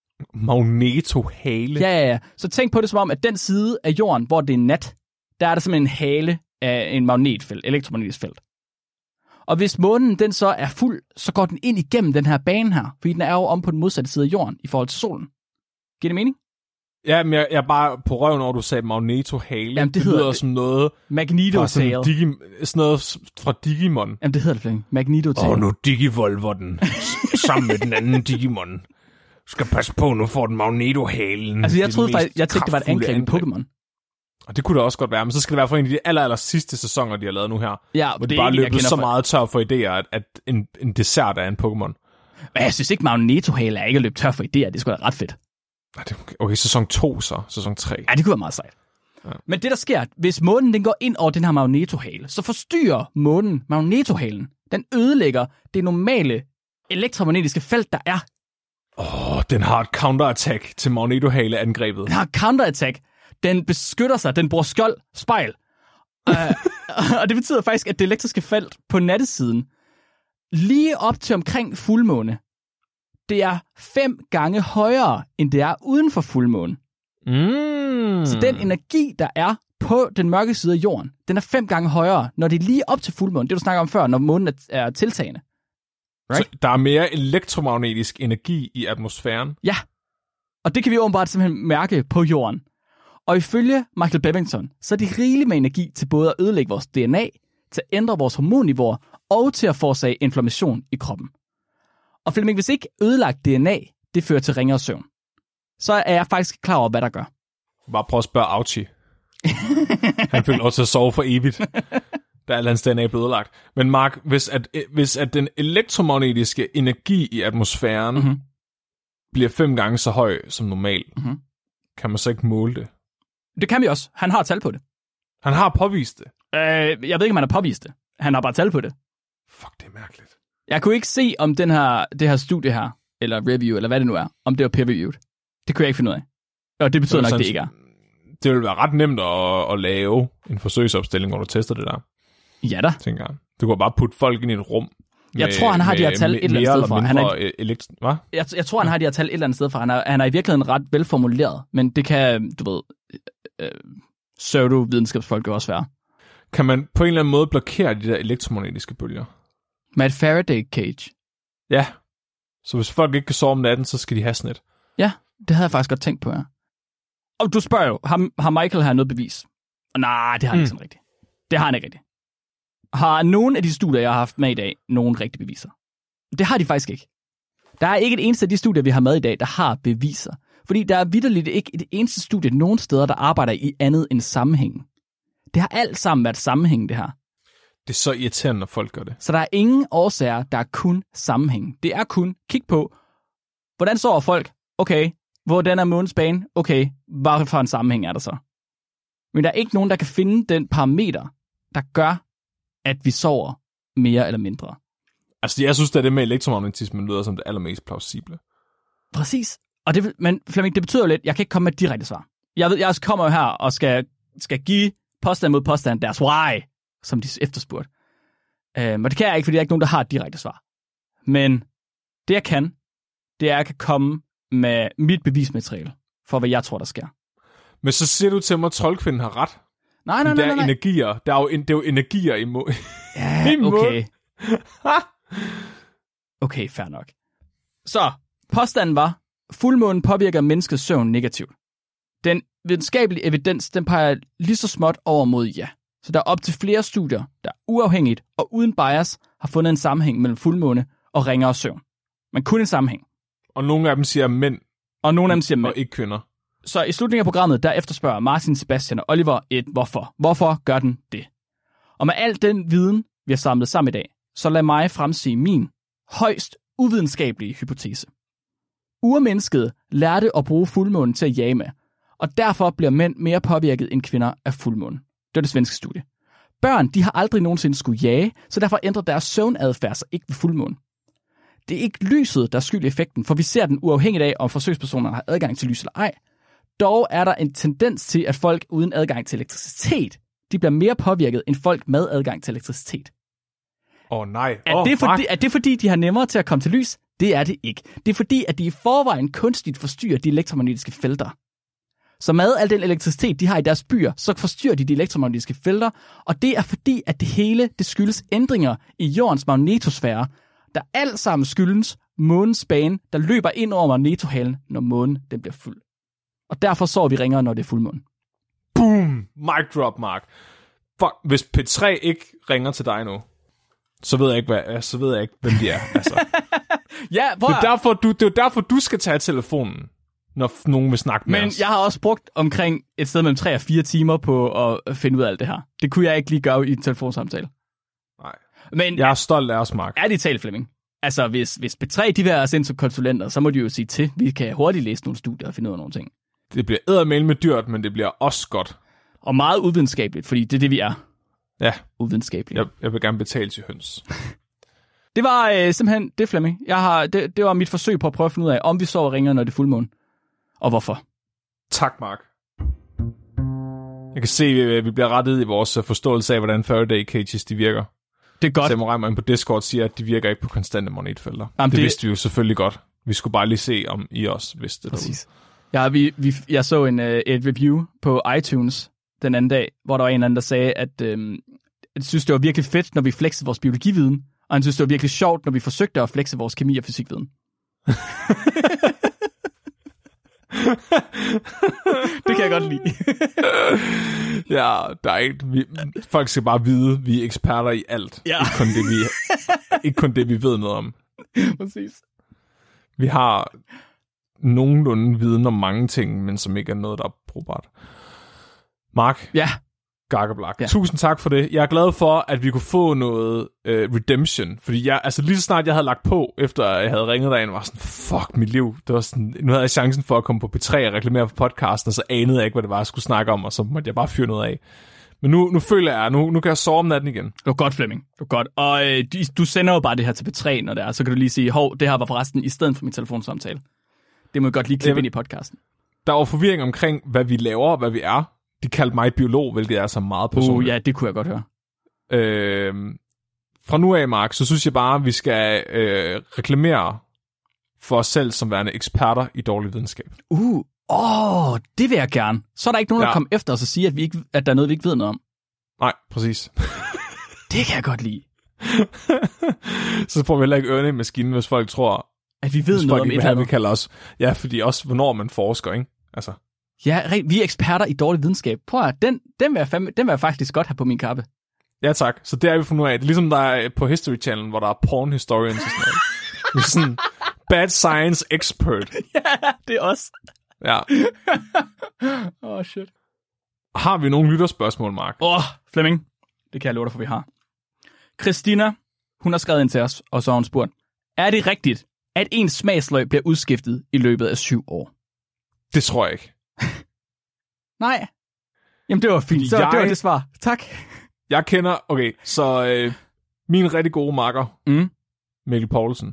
Speaker 2: Magnetohale?
Speaker 1: Ja, ja, ja. Så tænk på det som om, at den side af jorden, hvor det er nat, der er der simpelthen en hale af en magnetfelt, elektromagnetisk felt. Og hvis månen den så er fuld, så går den ind igennem den her bane her, fordi den er jo om på den modsatte side af jorden i forhold til solen. Giver det mening?
Speaker 2: Ja, men jeg, jeg er bare på røven over, du sagde magnetohale.
Speaker 1: Jamen, det,
Speaker 2: det
Speaker 1: hedder
Speaker 2: lyder som noget
Speaker 1: Magnetotail.
Speaker 2: Sådan, Digi, sådan noget fra Digimon.
Speaker 1: Jamen, det hedder det, Flemming. Magnetotail.
Speaker 2: Og nu digivolver den sammen med den anden Digimon. Du skal passe på, nu får den magnetohalen.
Speaker 1: Altså, jeg troede faktisk, jeg tænkte, det var et angreb i Pokémon.
Speaker 2: Og det kunne da også godt være, men så skal det være for en af de aller, aller sidste sæsoner, de har lavet nu her.
Speaker 1: Ja,
Speaker 2: hvor
Speaker 1: det
Speaker 2: de bare
Speaker 1: er
Speaker 2: løbet så
Speaker 1: for...
Speaker 2: meget tør for idéer, at, at en, en dessert er en Pokémon.
Speaker 1: Men jeg synes ikke, Magnetohale er ikke at løbe tør for idéer. Det er sgu da ret fedt.
Speaker 2: Okay, okay, sæson to så. Sæson tre.
Speaker 1: Ja, det kunne være meget sejt. Ja. Men det, der sker, hvis månen den går ind over den her magnetohale, så forstyrrer månen magnetohalen. Den ødelægger det normale elektromagnetiske felt, der er.
Speaker 2: Åh, oh, den har et counterattack til magnetohale-angrebet.
Speaker 1: Den har et counterattack. Den beskytter sig, den bruger skjold, spejl. uh, og det betyder faktisk, at det elektriske felt på nattesiden, lige op til omkring fuldmåne, det er fem gange højere, end det er uden for fuldmåne.
Speaker 2: Mm.
Speaker 1: Så den energi, der er på den mørke side af jorden, den er fem gange højere, når det er lige op til fuldmåne. Det du snakker om før, når månen er, er tiltagende.
Speaker 2: Right? Så der er mere elektromagnetisk energi i atmosfæren?
Speaker 1: Ja, og det kan vi åbenbart simpelthen mærke på jorden. Og ifølge Michael Bevington, så er det rigeligt med energi til både at ødelægge vores D N A, til at ændre vores hormonniveauer og til at forårsage inflammation i kroppen. Og Flemming, hvis ikke ødelagt D N A, det fører til ringere søvn, så er jeg faktisk klar over, hvad der gør.
Speaker 2: Bare prøv at spørge Auchi. Han fik lov til at sove for evigt. Der er et eller andet sted, D N A blevet ødelagt. Men Mark, hvis at, hvis at den elektromagnetiske energi i atmosfæren mm-hmm. bliver fem gange så høj som normalt, mm-hmm. kan man så ikke måle det?
Speaker 1: Det kan vi også. Han har tal på det.
Speaker 2: Han har påvist det?
Speaker 1: Øh, jeg ved ikke, om han har påvist det. Han har bare tal på det.
Speaker 2: Fuck, det er mærkeligt.
Speaker 1: Jeg kunne ikke se, om den her, det her studie her, eller review, eller hvad det nu er, om det var peer-reviewed. Det kunne jeg ikke finde ud af. Og det betyder det nok, sådan, det ikke er.
Speaker 2: Det ville være ret nemt at, at lave en forsøgsopstilling, hvor du tester det der.
Speaker 1: Ja da.
Speaker 2: Tænker jeg. Du kan bare putte folk ind i et rum. Med,
Speaker 1: jeg tror, han har de her tal et eller andet sted fra. Han er,
Speaker 2: elekt- Hvad?
Speaker 1: Jeg, jeg tror, han har de her tal et eller andet sted fra. Han er, han er i virkeligheden ret velformuleret, men det kan, du ved, øh, pseudo-videnskabsfolk jo også være.
Speaker 2: Kan man på en eller anden måde blokere de der elektromagnetiske bølger?
Speaker 1: Med et Faraday cage?
Speaker 2: Ja. Så hvis folk ikke kan sove om natten, så skal de have sådan et.
Speaker 1: Ja, det havde jeg faktisk godt tænkt på, ja. Og du spørger jo, har, har Michael her noget bevis? Og nej, det har han mm. ikke sådan rigtigt. Det har han ikke rigtigt. Har nogen af de studier, jeg har haft med i dag, nogen rigtige beviser? Det har de faktisk ikke. Der er ikke et eneste af de studier, vi har med i dag, der har beviser. Fordi der er vitterligt ikke et eneste studie nogen steder, der arbejder i andet end sammenhæng. Det har alt sammen været sammenhæng, det her.
Speaker 2: Det er så irriterende, når folk gør det.
Speaker 1: Så der er ingen årsager, der er kun sammenhæng. Det er kun, kig på, hvordan sover folk? Okay, hvordan er månens bane? Okay, hvad for en sammenhæng er der så? Men der er ikke nogen, der kan finde den parameter, der gør, at vi sover mere eller mindre.
Speaker 2: Altså, jeg synes, at det med elektromagnetismen lyder som det allermest plausible.
Speaker 1: Præcis. Og det, men Flemming, det betyder jo lidt, jeg kan ikke komme med et direkte svar. Jeg ved, jeg kommer jo her og skal, skal give påstand mod påstand deres why, som de efterspurgte. Øhm, og det kan jeg ikke, fordi der er ikke nogen, der har et direkte svar. Men det, jeg kan, det er, at jeg kan komme med mit bevismateriale for, hvad jeg tror, der sker.
Speaker 2: Men så siger du til mig, at troldkvinden har ret.
Speaker 1: Nej, nej, nej, nej.
Speaker 2: Der er energier. Der er jo, det er jo energier i må.
Speaker 1: Ja, okay. Okay, fair nok. Så, påstanden var, fuldmånen påvirker menneskets søvn negativt. Den videnskabelige evidens, den peger lige så småt over mod ja. Så der er op til flere studier, der uafhængigt og uden bias har fundet en sammenhæng mellem fuldmåne og ringere søvn. Men kun en sammenhæng.
Speaker 2: Og nogle af dem siger mænd.
Speaker 1: Og nogle af dem siger mænd.
Speaker 2: Og ikke kvinder.
Speaker 1: Så i slutningen af programmet, der efterspørger Martin, Sebastian og Oliver et hvorfor. Hvorfor gør den det? Og med al den viden, vi har samlet sammen i dag, så lad mig fremsige min højst uvidenskabelige hypotese. Urmennesket lærte at bruge fuldmånen til at jage med, og derfor bliver mænd mere påvirket end kvinder af fuldmånen. Det er det svenske studie. Børn, de har aldrig nogensinde skulle jage, så derfor ændrer deres søvnadfærd sig ikke ved fuldmånen. Det er ikke lyset, der er skyld i effekten, for vi ser den uafhængigt af, om forsøgspersonerne har adgang til lys eller ej. Dog er der en tendens til, at folk uden adgang til elektricitet, de bliver mere påvirket end folk med adgang til elektricitet.
Speaker 2: Åh oh, nej.
Speaker 1: Er,
Speaker 2: oh,
Speaker 1: det fordi, er det fordi, de har nemmere til at komme til lys? Det er det ikke. Det er fordi, at de i forvejen kunstigt forstyrrer de elektromagnetiske felter. Så med al den elektricitet, de har i deres byer, så forstyrrer de de elektromagnetiske felter, og det er fordi, at det hele det skyldes ændringer i jordens magnetosfære, der alt sammen skyldes månens bane, der løber ind over magnetohalen, når månen den bliver fuld. Og derfor sover vi ringere, når det er fuldmåne.
Speaker 2: Boom! Mic drop, Mark. Fuck, hvis P tre ikke ringer til dig nu, så ved jeg ikke, hvad, så ved jeg ikke hvem de er. Altså.
Speaker 1: Ja,
Speaker 2: det, er derfor, du, det er jo derfor, du skal tage telefonen, når nogen vil snakke med
Speaker 1: Men
Speaker 2: os.
Speaker 1: jeg har også brugt omkring et sted mellem tre og fire timer på at finde ud af alt det her. Det kunne jeg ikke lige gøre i en telefonsamtale.
Speaker 2: Nej.
Speaker 1: Men
Speaker 2: jeg er stolt af os, Mark.
Speaker 1: Er det talt, Flemming? Altså, hvis, hvis P tre de vil have os ind som konsulenter, så må de jo sige til. Vi kan hurtigt læse nogle studier og finde ud af nogle ting.
Speaker 2: Det bliver eddermæl med dyrt, men det bliver også godt.
Speaker 1: Og meget uvidenskabeligt, fordi det er det, vi er.
Speaker 2: Ja.
Speaker 1: Uvidenskabeligt.
Speaker 2: Jeg, jeg vil gerne betale til høns.
Speaker 1: Det var øh, simpelthen det, Flemming. Jeg har, det, det var mit forsøg på at prøve at finde ud af, om vi sover ringere, når det er fuldmåne. Og hvorfor.
Speaker 2: Tak, Mark. Jeg kan se, at vi bliver rettet i vores forståelse af, hvordan Faraday cages de virker. Det er godt. Samurai Man på Discord siger, at de virker ikke på konstante magnetfelter. Jamen, det, det vidste vi jo selvfølgelig godt. Vi skulle bare lige se, om I også vidste det. Præcis.
Speaker 1: Ja, vi, vi, jeg så en, uh, et review på iTunes den anden dag, hvor der var en anden, der sagde, at øh, jeg synes, det var virkelig fedt, når vi flexede vores biologividen, og han synes, det var virkelig sjovt, når vi forsøgte at flexe vores kemi- og fysikviden. Det kan jeg godt lide.
Speaker 2: Ja, der er ikke, vi, folk skal bare vide, at vi er eksperter i alt. Ja. Ikke, kun det, vi, ikke kun det, vi ved noget om.
Speaker 1: Præcis.
Speaker 2: Vi har nogenlunde viden om mange ting, men som ikke er noget, der er brugbart. Mark?
Speaker 1: Ja?
Speaker 2: Gargablak. Ja. Tusind tak for det. Jeg er glad for, at vi kunne få noget øh, redemption, fordi jeg, altså lige så snart jeg havde lagt på, efter jeg havde ringet dig ind, var sådan, fuck mit liv. Det var sådan, nu havde jeg chancen for at komme på P tre og reklamere for podcasten, og så anede jeg ikke, hvad det var, jeg skulle snakke om, og så måtte jeg bare fyre noget af. Men nu, nu føler jeg, nu, nu kan jeg sove om natten igen.
Speaker 1: Det var godt, Flemming. Det var godt. Og øh, du, du sender jo bare det her til P tre, når det er, så kan du lige sige, hov, det her var forresten i stedet for min telefonsamtale. Det må jeg godt lige klippe ind i podcasten.
Speaker 2: Der var forvirring omkring, hvad vi laver og hvad vi er. De kaldte mig biolog, hvilket er så meget personligt.
Speaker 1: Uh, ja, det kunne jeg godt høre.
Speaker 2: Øh, fra nu af, Mark, så synes jeg bare, at vi skal øh, reklamere for os selv som værende eksperter i dårlig videnskab.
Speaker 1: Uh, åh, oh, det vil jeg gerne. Så er der ikke nogen, ja. der kommer efter os og siger, at, vi ikke, at der er noget, vi ikke ved noget om.
Speaker 2: Nej, præcis.
Speaker 1: Det kan jeg godt lide.
Speaker 2: Så får vi heller ikke ørne i maskinen, hvis folk tror,
Speaker 1: at vi ved noget om et eller andet.
Speaker 2: Vi kalder os. Ja, fordi også, hvornår man forsker, ikke? Altså.
Speaker 1: Ja, vi er eksperter i dårlig videnskab. Prøv at, den, den, vil jeg fandme, den vil jeg faktisk godt have på min kappe.
Speaker 2: Ja, tak. Så det er vi for nu af. Det er ligesom der er på History Channel, hvor der er porn historians og sådan noget. Det er sådan bad science expert.
Speaker 1: Ja, det er os.
Speaker 2: Ja.
Speaker 1: Åh, oh, shit.
Speaker 2: Har vi nogle lytterspørgsmål, Mark?
Speaker 1: Åh, oh, Flemming. Det kan jeg love dig for, vi har. Christina, hun har skrevet ind til os, og så har hun spurgt, er det rigtigt, at ens smagsløg bliver udskiftet i løbet af syv år?
Speaker 2: Det tror jeg ikke.
Speaker 1: Nej. Jamen, det var fint. Så
Speaker 2: jeg,
Speaker 1: det var det svar. Tak.
Speaker 2: Jeg kender... Okay, så øh, min rigtig gode makker,
Speaker 1: mm.
Speaker 2: Mikkel Poulsen,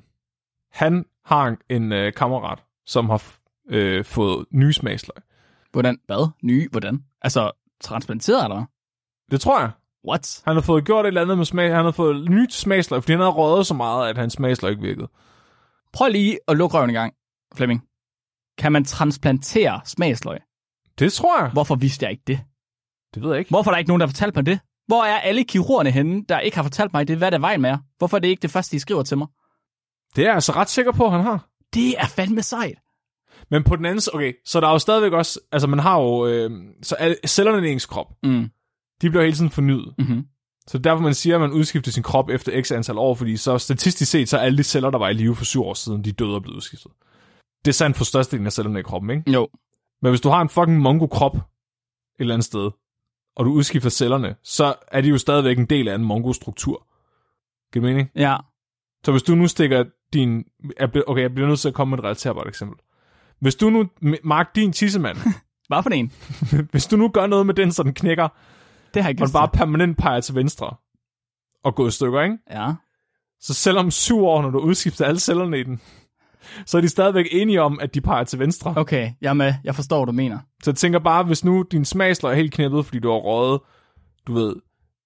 Speaker 2: han har en øh, kammerat, som har øh, fået nye smagsløg.
Speaker 1: Hvordan? Hvad? Nye? Hvordan? Altså, transplanteret, eller?
Speaker 2: Det tror jeg.
Speaker 1: What?
Speaker 2: Han har fået gjort et eller andet med smag. Han har fået nyt smagsløg, fordi han havde røget så meget, at hans smagsløg ikke virkede.
Speaker 1: Prøv lige at lukke røven i gang, Flemming. Kan man transplantere smagsløg?
Speaker 2: Det tror jeg.
Speaker 1: Hvorfor vidste jeg ikke det?
Speaker 2: Det ved jeg ikke.
Speaker 1: Hvorfor er der ikke nogen, der har fortalt mig det? Hvor er alle kirurgerne henne, der ikke har fortalt mig det? Hvad er der vejen med jer? Hvorfor er det ikke det første, de skriver til mig?
Speaker 2: Det er jeg altså ret sikker på, at han har.
Speaker 1: Det er fandme sejt.
Speaker 2: Men på den anden side, okay, så der er jo stadigvæk også, altså man har jo, øh, så alle, cellerne i ens krop,
Speaker 1: mm.
Speaker 2: de bliver hele tiden fornyet.
Speaker 1: Mm-hmm.
Speaker 2: Så derfor man siger, at man udskifter sin krop efter x antal år, fordi så statistisk set, så er alle de celler, der var i live for syv år siden, de døde og blevet udskiftet. Det er sandt for størstedelen af cellerne i kroppen, ikke?
Speaker 1: Jo.
Speaker 2: Men hvis du har en fucking mongo-krop et eller andet sted, og du udskifter cellerne, så er de jo stadigvæk en del af en mongo-struktur. Giver det mening?
Speaker 1: Ja.
Speaker 2: Så hvis du nu stikker din... Okay, jeg bliver nødt til at komme med et relaterbart eksempel. Hvis du nu, Mark, din tissemand...
Speaker 1: Hvad for en?
Speaker 2: Hvis du nu gør noget med den, så den knækker,
Speaker 1: det har jeg
Speaker 2: og den bare permanent peger til venstre, og går i stykker, ikke?
Speaker 1: Ja.
Speaker 2: Så selvom syv år, når du udskifter alle cellerne i den, så er de stadigvæk enige om, at de peger til venstre.
Speaker 1: Okay, jeg er med. Jeg forstår, hvad du mener.
Speaker 2: Så jeg tænker bare, hvis nu din smagsløg er helt knæppet, fordi du har røget, du ved,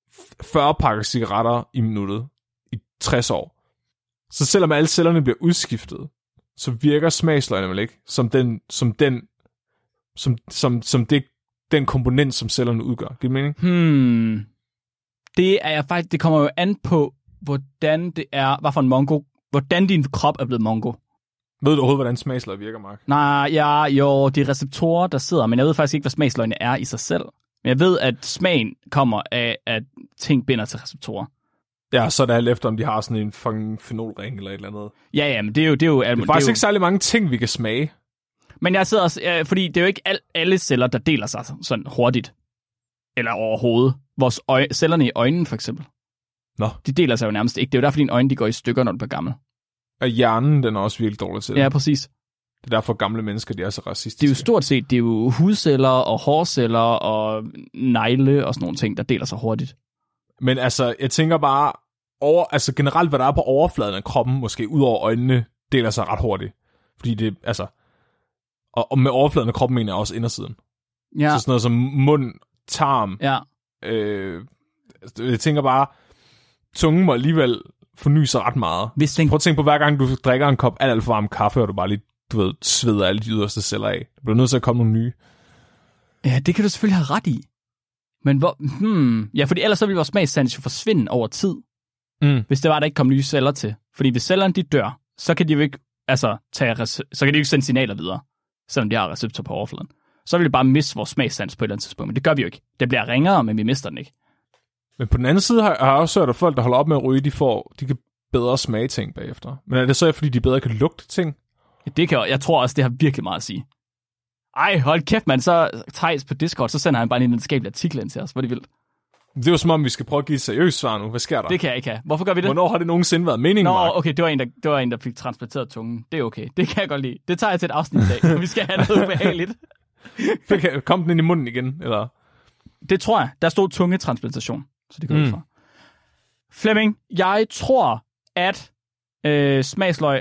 Speaker 2: fyrre pakker cigaretter i minuttet i tres år, så selvom alle cellerne bliver udskiftet, så virker smagsløgene vel ikke som den, som den, som, som, som det, den komponent, som cellerne udgør. Giver det mening?
Speaker 1: Hmm. Det er jeg faktisk, det kommer jo an på, hvordan det er, hvad for en mongo, hvordan din krop er blevet mongo.
Speaker 2: Ved du overhovedet, hvordan smagsløg virker, Mark?
Speaker 1: Nej, ja, jo, det er receptorer, der sidder, men jeg ved faktisk ikke, hvad smagsløgene er i sig selv. Men jeg ved, at smagen kommer af, at ting binder til receptorer.
Speaker 2: Ja, så er det alt efter, om de har sådan en fucking fenolring eller et eller andet.
Speaker 1: Ja, ja, men det er jo... Det er, jo,
Speaker 2: det er faktisk det er jo... ikke særlig mange ting, vi kan smage.
Speaker 1: Men jeg sidder også... Ja, fordi det er jo ikke al, alle celler, der deler sig sådan hurtigt. Eller overhovedet. Vores øje, cellerne i øjnene, for eksempel.
Speaker 2: Nå.
Speaker 1: De deler sig jo nærmest ikke. Det er jo derfor, dine øjne de går i stykker, når du bliver gammel.
Speaker 2: Og hjernen, den er også virkelig dårlig til det.
Speaker 1: Ja, præcis.
Speaker 2: Det er derfor, gamle mennesker, de er så racistiske.
Speaker 1: Det er jo stort set, det er jo hudceller og hårceller og negle og sådan nogle ting, der deler sig hurtigt.
Speaker 2: Men altså, jeg tænker bare, over, altså generelt, hvad der er på overfladen af kroppen, måske ud over øjnene, deler sig ret hurtigt. Fordi det, altså, og, og med overfladen af kroppen mener jeg også indersiden.
Speaker 1: Ja.
Speaker 2: Så sådan noget som mund, tarm.
Speaker 1: Ja.
Speaker 2: Øh, jeg tænker bare, tungen må alligevel forny sig ret meget.
Speaker 1: Hvis den...
Speaker 2: Prøv at tænke på, hver gang du drikker en kop alt, alt for varm kaffe, og du bare lige, du ved, sveder alle de yderste celler af. Du bliver nødt til at komme nogle nye.
Speaker 1: Ja, det kan du selvfølgelig have ret i. Men hvor... Hmm, ja, fordi ellers så ville vores smagssans jo forsvinde over tid.
Speaker 2: Mm.
Speaker 1: Hvis det var, der ikke kom nye celler til. Fordi hvis cellerne de dør, så kan de jo ikke, altså, tage rece- så kan de jo ikke sende signaler videre, selvom de har receptor på overfladen. Så vil det bare miste vores smagssans på et eller andet tidspunkt. Men det gør vi jo ikke. Det bliver ringere, men vi mister den ikke.
Speaker 2: Men på den anden side har jeg også hørt, at folk, der holder op med at ryge, de, får, de kan bedre smage ting bagefter. Men er det så, fordi de bedre kan lugte ting?
Speaker 1: Ja, det kan jeg, jeg tror også, det har virkelig meget at sige. Ej, hold kæft, mand. Så Thijs på Discord, så sender han bare en videnskabelig artikel ind til os. Hvor det vildt.
Speaker 2: Det er jo som om, vi skal prøve at give et seriøst svar nu. Hvad sker der?
Speaker 1: Det kan jeg ikke have. Hvorfor gør vi det?
Speaker 2: Hvornår har det nogensinde været meningen,
Speaker 1: Nå,
Speaker 2: Mark?
Speaker 1: okay, det var, en, der, det var en, der fik transplanteret tungen. Det er okay. Det kan jeg godt lide. Det tager jeg til et afsnit i dag. Vi skal have noget ubehageligt.
Speaker 2: Kom den ind i munden igen, eller?
Speaker 1: Det tror jeg. Der stod tungetransplantation. Så det går mm. ud fra. Flemming, jeg tror, at øh, smagsløg,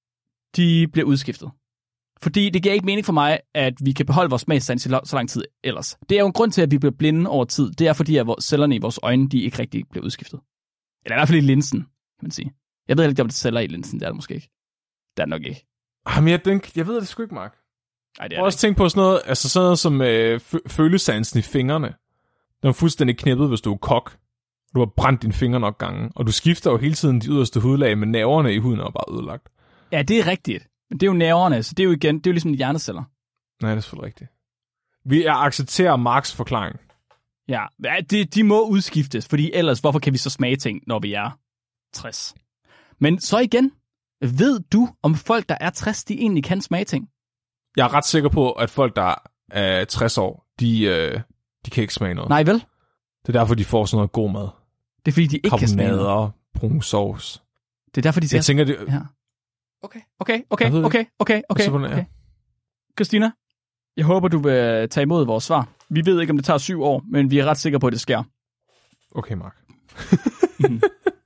Speaker 1: de bliver udskiftet. Fordi det giver ikke mening for mig, at vi kan beholde vores smagssans i så lang tid ellers. Det er jo en grund til, at vi bliver blinde over tid. Det er fordi, at cellerne i vores øjne, de ikke rigtig bliver udskiftet. Eller i hvert fald i linsen, kan man sige. Jeg ved ikke, om det er celler i linsen. Det er det måske ikke. Det er det nok ikke.
Speaker 2: Jamen, jeg, denk, jeg ved det sgu ikke, Mark.
Speaker 1: Ej, det er
Speaker 2: jeg har også tænkt på sådan noget, altså sådan noget som øh, f- følesansen i fingrene. Den er fuldstændig knippet, hvis du er kok. Du har brændt dine fingre nok gange. Og du skifter jo hele tiden de yderste hudlag, med nerverne i huden er bare ødelagt.
Speaker 1: Ja, det er rigtigt. Men det er jo nerverne, så det er jo igen, det er jo ligesom hjerneceller.
Speaker 2: Nej, det er selvfølgelig rigtigt. Vi er accepterer Marks forklaring.
Speaker 1: Ja, de, de må udskiftes, fordi ellers, hvorfor kan vi så smage ting, når vi er tres? Men så igen, ved du, om folk, der er tres, de egentlig kan smage ting?
Speaker 2: Jeg er ret sikker på, at folk, der er tres år, de, øh, de kan ikke smage noget.
Speaker 1: Nej, vel?
Speaker 2: Det er derfor, de får sådan noget god mad.
Speaker 1: Det er fordi, de ikke kan smage noget.
Speaker 2: Karbonader, brun sovs.
Speaker 1: Det er derfor, de siger...
Speaker 2: Jeg tænker, det...
Speaker 1: Ja. Okay, okay, okay, okay, okay, okay, okay. Christina, jeg håber, du vil tage imod vores svar. Vi ved ikke, om det tager syv år, men vi er ret sikre på, at det sker.
Speaker 2: Okay, Mark. mm.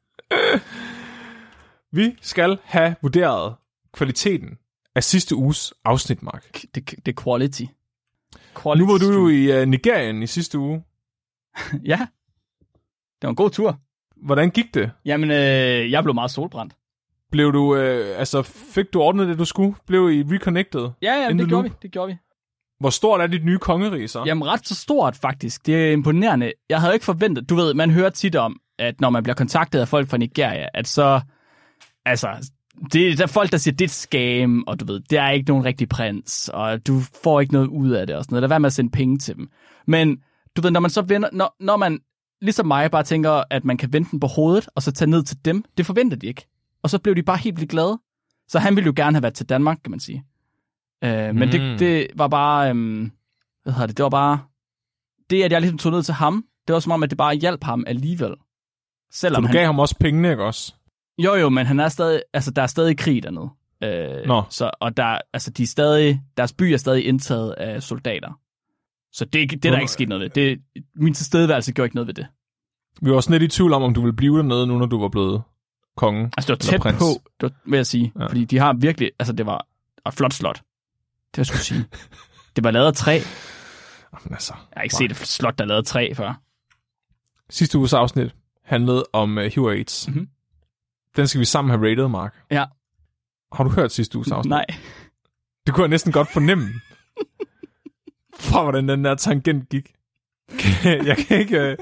Speaker 2: Vi skal have vurderet kvaliteten af sidste uges afsnit, Mark.
Speaker 1: Det, det er quality. quality.
Speaker 2: Nu var du jo i uh, Nigerien i sidste uge.
Speaker 1: Ja, det var en god tur.
Speaker 2: Hvordan gik det?
Speaker 1: Jamen, øh, jeg blev meget solbrændt.
Speaker 2: Blev du, øh, altså, fik du ordnet det, du skulle? Blev I reconnected?
Speaker 1: Ja, ja, det gjorde vi, det gjorde vi.
Speaker 2: Hvor stort er dit nye kongerige så?
Speaker 1: Jamen, ret så stort faktisk. Det er imponerende. Jeg havde ikke forventet, du ved, man hører tit om, at når man bliver kontaktet af folk fra Nigeria, at så, altså, det der er folk, der siger, det er et scam, og du ved, det er ikke nogen rigtig prins, og du får ikke noget ud af det og sådan noget. Der er med at sende penge til dem. Men, du ved, når man så vender, når, når man, ligesom mig, bare tænker, at man kan vende den på hovedet, og så tage ned til dem, det forventer de ikke. Og så blev de bare helt vildt glade. Så han ville jo gerne have været til Danmark, kan man sige. Uh, men mm. det, det var bare, um, hvad hedder det, det var bare, det at jeg ligesom tog ned til ham, det var som om, at det bare hjalp ham alligevel. Selvom
Speaker 2: så du
Speaker 1: han,
Speaker 2: gav ham også pengene, ikke også?
Speaker 1: Jo jo, men han er stadig, altså der er stadig krig dernede. Uh,
Speaker 2: Nå.
Speaker 1: Så, og der, altså de er stadig, deres by er stadig indtaget af soldater. Så det, det er der ikke sket noget ved. Det, min tilstedeværelse gjorde ikke noget ved det. Vi
Speaker 2: var også lidt i tvivl om, om du ville blive dernede nu, når du var blevet konge.
Speaker 1: Altså det var tæt
Speaker 2: prins.
Speaker 1: på, det var, vil jeg sige. Ja. Fordi de har virkelig, altså det var et flot slot. Det var jeg skulle sige. Det var lavet af træ.
Speaker 2: Jamen, altså,
Speaker 1: jeg har ikke set et slot, der er lavet af træ før.
Speaker 2: Sidste uges afsnit handlede om uh, H I V AIDS. Mm-hmm. Den skal vi sammen have rated, Mark.
Speaker 1: Ja.
Speaker 2: Har du hørt sidste uges afsnit?
Speaker 1: Nej.
Speaker 2: Det kunne jeg næsten godt fornemme. For hvordan den der tangent gik. Jeg kan ikke...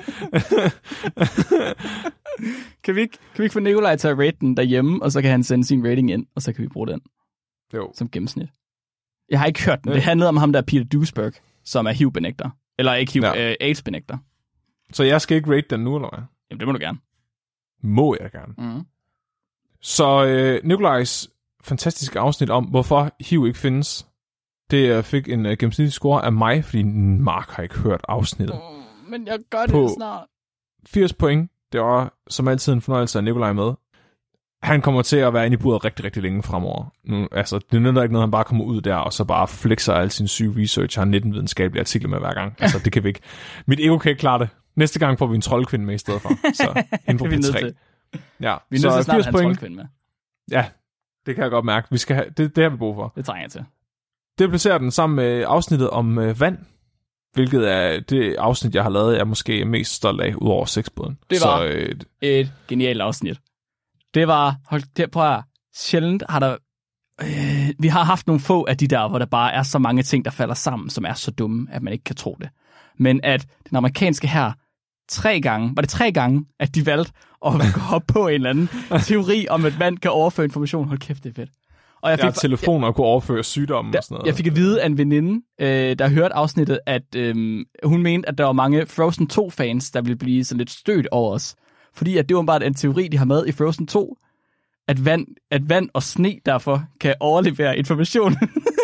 Speaker 1: kan, vi ikke kan vi ikke få Nikolaj til at rate den derhjemme, og så kan han sende sin rating ind, og så kan vi bruge den
Speaker 2: jo.
Speaker 1: Som gennemsnit. Jeg har ikke hørt den. Det handlede om ham, der er Peter Duesberg, som er H I V-benægter. Eller ikke H I V, ja. uh, AIDS-benægter.
Speaker 2: Så jeg skal ikke rate den nu, eller hvad?
Speaker 1: Jamen, det må du gerne.
Speaker 2: Må jeg gerne.
Speaker 1: Mm.
Speaker 2: Så øh, Nikolajs fantastiske afsnit om, hvorfor H I V ikke findes, det fik en uh, gennemsnitlig score af mig, fordi Mark har ikke hørt afsnittet.
Speaker 1: Mm, men jeg gør det
Speaker 2: på
Speaker 1: snart.
Speaker 2: firs point. Det var som altid en fornøjelse af Nikolaj med. Han kommer til at være inde i buret rigtig, rigtig længe fremover. Nu, altså, det nytter ikke noget, han bare kommer ud der, og så bare flexer al sin syge research, har nitten videnskabelige artikler med hver gang. Altså, det kan vi ikke. Mit ego kan ikke klare det. Næste gang får vi en troldkvinde med i stedet for. Så inden på P tre. Ja,
Speaker 1: vi er nødt til at snart have en troldkvinde med.
Speaker 2: Ja, det kan jeg godt mærke. Vi skal have, det, det har vi brug for.
Speaker 1: Det trænger jeg til.
Speaker 2: Det placerer den sammen med afsnittet om øh, vand, hvilket er det afsnit, jeg har lavet, jeg er måske mest stolt af, ud over sexbåden.
Speaker 1: Det var så, øh, et genialt afsnit. Det var, hold det på her, sjældent har der, øh, vi har haft nogle få af de der, hvor der bare er så mange ting, der falder sammen, som er så dumme, at man ikke kan tro det. Men at den amerikanske her, tre gange, var det tre gange, at de valgte at gå op på en eller anden teori om, at vand kan overføre information. Hold kæft, det er fedt.
Speaker 2: Og jeg fik, ja, telefoner kunne overføre sygdomme
Speaker 1: der,
Speaker 2: og sådan noget.
Speaker 1: Jeg fik at vide af en veninde, øh, der hørte afsnittet, at øh, hun mente, at der var mange Frozen to-fans, der ville blive sådan lidt stødt over os. Fordi at det var bare en teori, de har med i Frozen to, at vand, at vand og sne derfor kan overlevere information.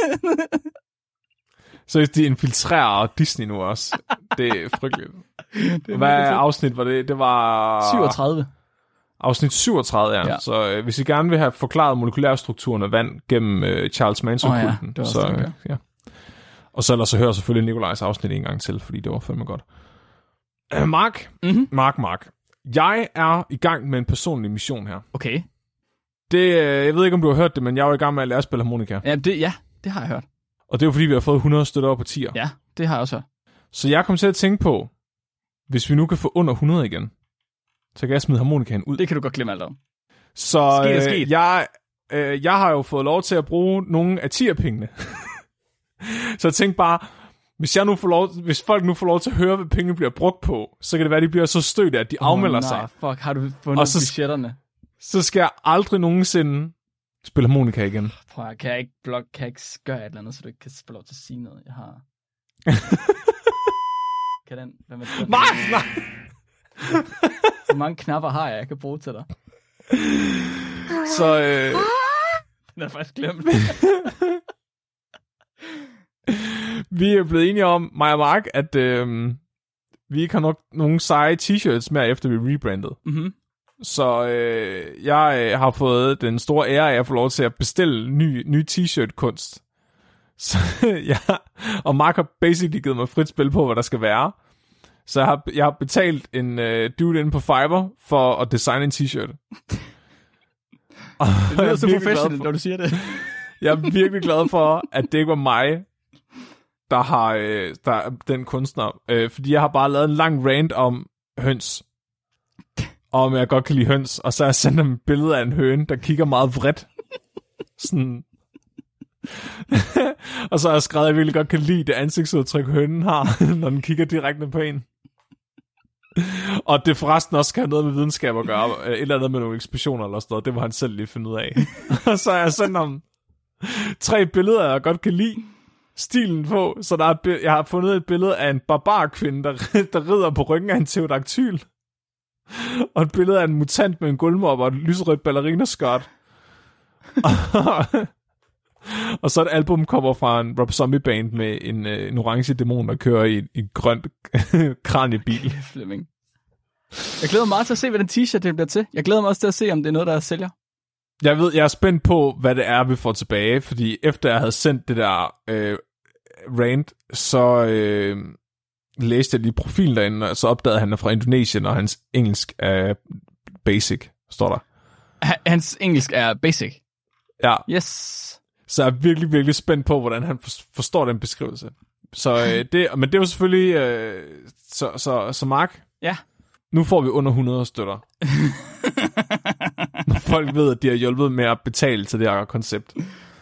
Speaker 2: Så de infiltrerer Disney nu også. Det er frygteligt. Det er Hvad afsnit var det? Det var...
Speaker 1: syvogtredive.
Speaker 2: Afsnit syvogtredive, ja. ja. Så øh, hvis I gerne vil have forklaret molekylærstrukturen af vand gennem øh, Charles Manson-kulten,
Speaker 1: oh, ja.
Speaker 2: så øh, ja. Og så ellers så hører selvfølgelig Nikolajs afsnit en gang til, fordi det var fandme godt. Øh, Mark, mm-hmm. Mark, Mark. Jeg er i gang med en personlig mission her.
Speaker 1: Okay.
Speaker 2: Det, øh, jeg ved ikke, om du har hørt det, men jeg er i gang med at lære at spille harmonika.
Speaker 1: Ja, det, ja, det har jeg hørt.
Speaker 2: Og det er jo fordi, vi har fået hundrede støtter over på tier.
Speaker 1: Ja, det har jeg også hørt.
Speaker 2: Så jeg kom til at tænke på, hvis vi nu kan få under hundrede igen, så kan jeg smide harmonikaen ud.
Speaker 1: Det kan du godt glemme alt om.
Speaker 2: Så sket sket. Øh, jeg, øh, jeg har jo fået lov til at bruge nogle af tierpengene. Så jeg tænkte bare, hvis, jeg nu får lov, hvis folk nu får lov til at høre, hvad pengene bliver brugt på, så kan det være, at de bliver så stødte, at de oh, afmelder nej, sig.
Speaker 1: Fuck, har du fundet så, budgetterne?
Speaker 2: Så skal jeg aldrig nogensinde spille harmonika igen.
Speaker 1: Prøv, kan jeg ikke blok, kan jeg ikke gøre et eller andet, så du ikke kan få lov til at sige noget? Jeg har... kan den... Hvad med det?
Speaker 2: Mark, nej!
Speaker 1: Hvor mange knapper har jeg, jeg kan bruge til dig?
Speaker 2: Så... Øh...
Speaker 1: Den er faktisk glemt.
Speaker 2: Vi er blevet enige om, mig og Mark, at øh, vi ikke har nok nogen seje t-shirts mere, efter vi rebrandede.
Speaker 1: Mm-hmm.
Speaker 2: Så øh, jeg øh, har fået den store ære af at få lov til at bestille ny, ny t-shirt-kunst. Så ja, og Mark har basically givet mig frit spil på, hvad der skal være. Så jeg har, jeg har betalt en øh, dude inde på Fiverr for at designe en t-shirt.
Speaker 1: Det lyder så professionelt, når du siger det.
Speaker 2: Jeg er virkelig glad for, at det ikke var mig, der har øh, der er den kunstner. Øh, fordi jeg har bare lavet en lang rant om høns. Og om jeg godt kan lide høns. Og så har jeg sendt dem et billede af en høne, der kigger meget vredt. Sådan. Og så har jeg skrevet, at jeg virkelig godt kan lide det ansigtsudtryk, hønen har, når den kigger direkte på en. Og det forresten også kan have noget med videnskab at gøre. Et eller andet med nogle eksplosioner eller sådan noget. Det må han selv lige finde ud af. Og så har jeg sendt ham tre billeder, jeg godt kan lide stilen på. Så der er, jeg har fundet et billede af en barbarkvinde, der, der rider på ryggen af en pterodaktyl. Og et billede af en mutant med en guldmop og et lyserødt ballerinaskørt. Og så et album kommer fra en Rob Zombie band med en, en orange dæmon, der kører i en grønt kraniebil.
Speaker 1: Flemming. Jeg glæder mig meget til at se, hvad den t-shirt det bliver til. Jeg glæder mig også til at se, om det er noget, der sælger.
Speaker 2: Jeg ved, jeg er spændt på, hvad det er, vi får tilbage, fordi efter jeg havde sendt det der øh, rant, så øh, læste jeg lige profilen derinde, og så opdagede han er fra Indonesien, og hans engelsk er basic, står der.
Speaker 1: Hans engelsk er basic?
Speaker 2: Ja.
Speaker 1: Yes.
Speaker 2: Så jeg er virkelig, virkelig spændt på, hvordan han forstår den beskrivelse. Så øh, det, men det er jo selvfølgelig, øh, så, så, så Mark,
Speaker 1: ja.
Speaker 2: Nu får vi under hundrede støtter. Når folk ved, at de har hjulpet med at betale til det her koncept.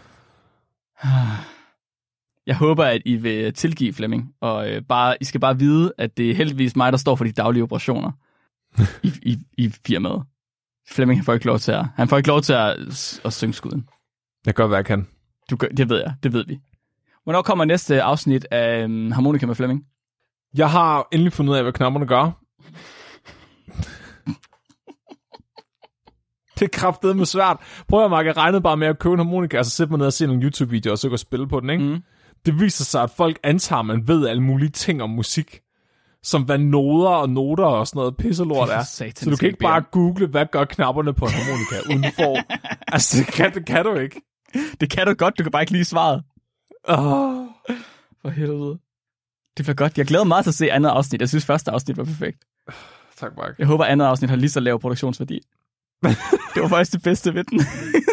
Speaker 1: Jeg håber, at I vil tilgive Flemming, og øh, bare, I skal bare vide, at det er heldigvis mig, der står for de daglige operationer i, i, i firmaet. Flemming han får ikke lov til at, han får ikke lov til at, at synge skuden.
Speaker 2: Jeg gør, hvad jeg kan.
Speaker 1: Du gør, det ved jeg, det ved vi. Hvornår kommer næste afsnit af um, Harmonika med Flemming?
Speaker 2: Jeg har endelig fundet ud af, hvad knapperne gør. Det er kraftedeme svært. Prøv at Mark, jeg regnede bare med at købe en harmonika, og så sætte mig ned og se nogle YouTube-videoer, og så gå og spille på den, ikke? Mm. Det viser sig, at folk antager, at man ved alle mulige ting om musik. Som hvad noder og noter og sådan noget pisselort er. Satan, så du kan ikke bare google, hvad gør knapperne på en harmonika, uden for. Altså, det kan, det kan du ikke.
Speaker 1: Det kan du godt, du kan bare ikke lige svaret.
Speaker 2: Oh.
Speaker 1: For helvede. Det bliver godt. Jeg glæder mig meget til at se andet afsnit. Jeg synes, første afsnit var perfekt.
Speaker 2: Tak, Mark.
Speaker 1: Jeg håber, andet afsnit har lige så lav produktionsværdi. Det var faktisk det bedste ved den.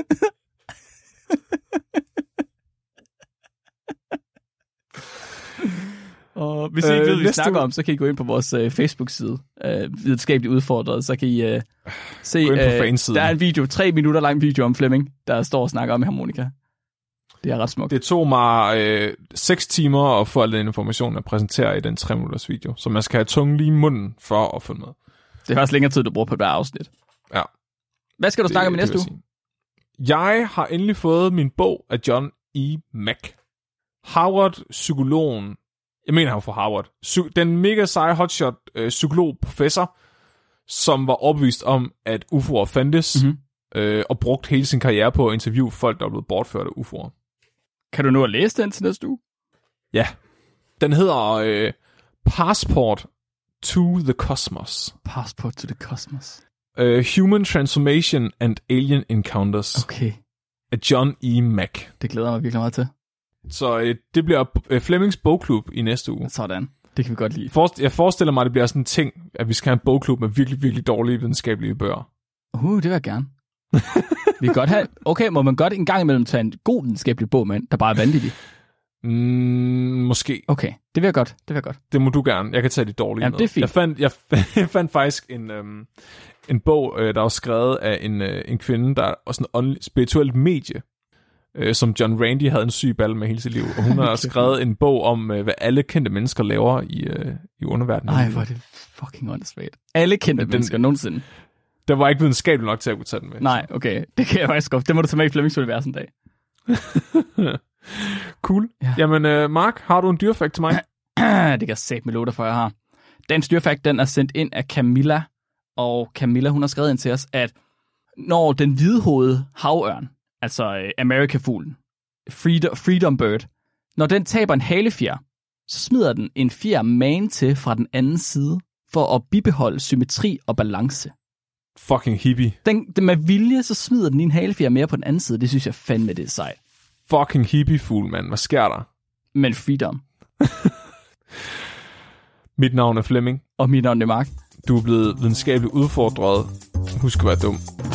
Speaker 1: Og hvis I ikke øh, ved, hvad vi snakker om, så kan I gå ind på vores uh, Facebook-side, uh, videnskabeligt udfordret, så kan I uh, se, uh, der er en video, tre minutter lang video om Flemming, der står og snakker om harmonika. Det er ret smukt.
Speaker 2: Det tog mig øh, seks timer at få al den information, at præsentere i den tre minutters video, så man skal have tungen lige i munden for at få noget.
Speaker 1: Det er faktisk længere tid, du bruger på hver afsnit.
Speaker 2: Ja.
Speaker 1: Hvad skal du det, snakke om i næste uge?
Speaker 2: Jeg har endelig fået min bog af John E. Mack. Harvard-psykologen. Jeg mener, han var fra Harvard. Psy- den mega seje hotshot øh, psykolog-professor, som var overbevist om, at U F O'er fandtes, mm-hmm. øh, og brugt hele sin karriere på at interviewe folk, der er blevet bortført af U F O'er. Kan du nå at læse den til næste uge? Ja. Den hedder øh, Passport to the Cosmos.
Speaker 1: Passport to the Cosmos.
Speaker 2: Uh, Human Transformation and Alien Encounters.
Speaker 1: Okay.
Speaker 2: Af John E. Mack.
Speaker 1: Det glæder mig virkelig meget til.
Speaker 2: Så uh, det bliver uh, Flemmings bogklub i næste uge.
Speaker 1: Sådan. Det kan vi godt lide.
Speaker 2: Forst- jeg forestiller mig, at det bliver sådan en ting, at vi skal have en bogklub med virkelig, virkelig dårlige videnskabelige bøger.
Speaker 1: Uh, det vil jeg gerne. Vi kan godt have... Okay, må man godt en gang imellem tage en god videnskabelig bog med, der bare er vanvittig?
Speaker 2: Mm, måske.
Speaker 1: Okay, det vil jeg godt. Det vil jeg godt.
Speaker 2: Det må du gerne. Jeg kan tage de dårlige.
Speaker 1: Jamen, det er fint.
Speaker 2: Jeg fandt, jeg, jeg fandt faktisk en, øhm, en bog, øh, der var skrevet af en, øh, en kvinde, der er sådan en spirituelt medie, øh, som John Randy havde en syg balle med hele sit liv. Og hun har skrevet en bog om, øh, hvad alle kendte mennesker laver i, øh, i underverdenen.
Speaker 1: Ej, hvor er det fucking åndssvagt. Alle kendte den, mennesker nogensinde.
Speaker 2: Der var ikke videnskabeligt nok til at kunne tage den med.
Speaker 1: Nej, okay. Det kan jeg faktisk godt. Det må du tage med i Flemmings univers en dag.
Speaker 2: Cool. Ja. Jamen, uh, Mark, har du en dyrefakt til mig?
Speaker 1: Det kan jeg sætte med låter for, jeg har. Den dyrefakt, den er sendt ind af Camilla, og Camilla, hun har skrevet ind til os, at når den hvidhovede havørn, altså uh, America-fuglen, freedom, freedom bird, når den taber en halefjer, så smider den en fjer magen til fra den anden side, for at bibeholde symmetri og balance.
Speaker 2: Fucking hippie.
Speaker 1: Den, den med vilje, så smider den en halefjer mere på den anden side. Det synes jeg fandme, det er sejt.
Speaker 2: Fucking hippie-fugl, mand. Hvad sker der?
Speaker 1: Men freedom.
Speaker 2: Mit navn er Flemming.
Speaker 1: Og mit navn er Mark.
Speaker 2: Du er blevet videnskabeligt udfordret. Husk at være dum.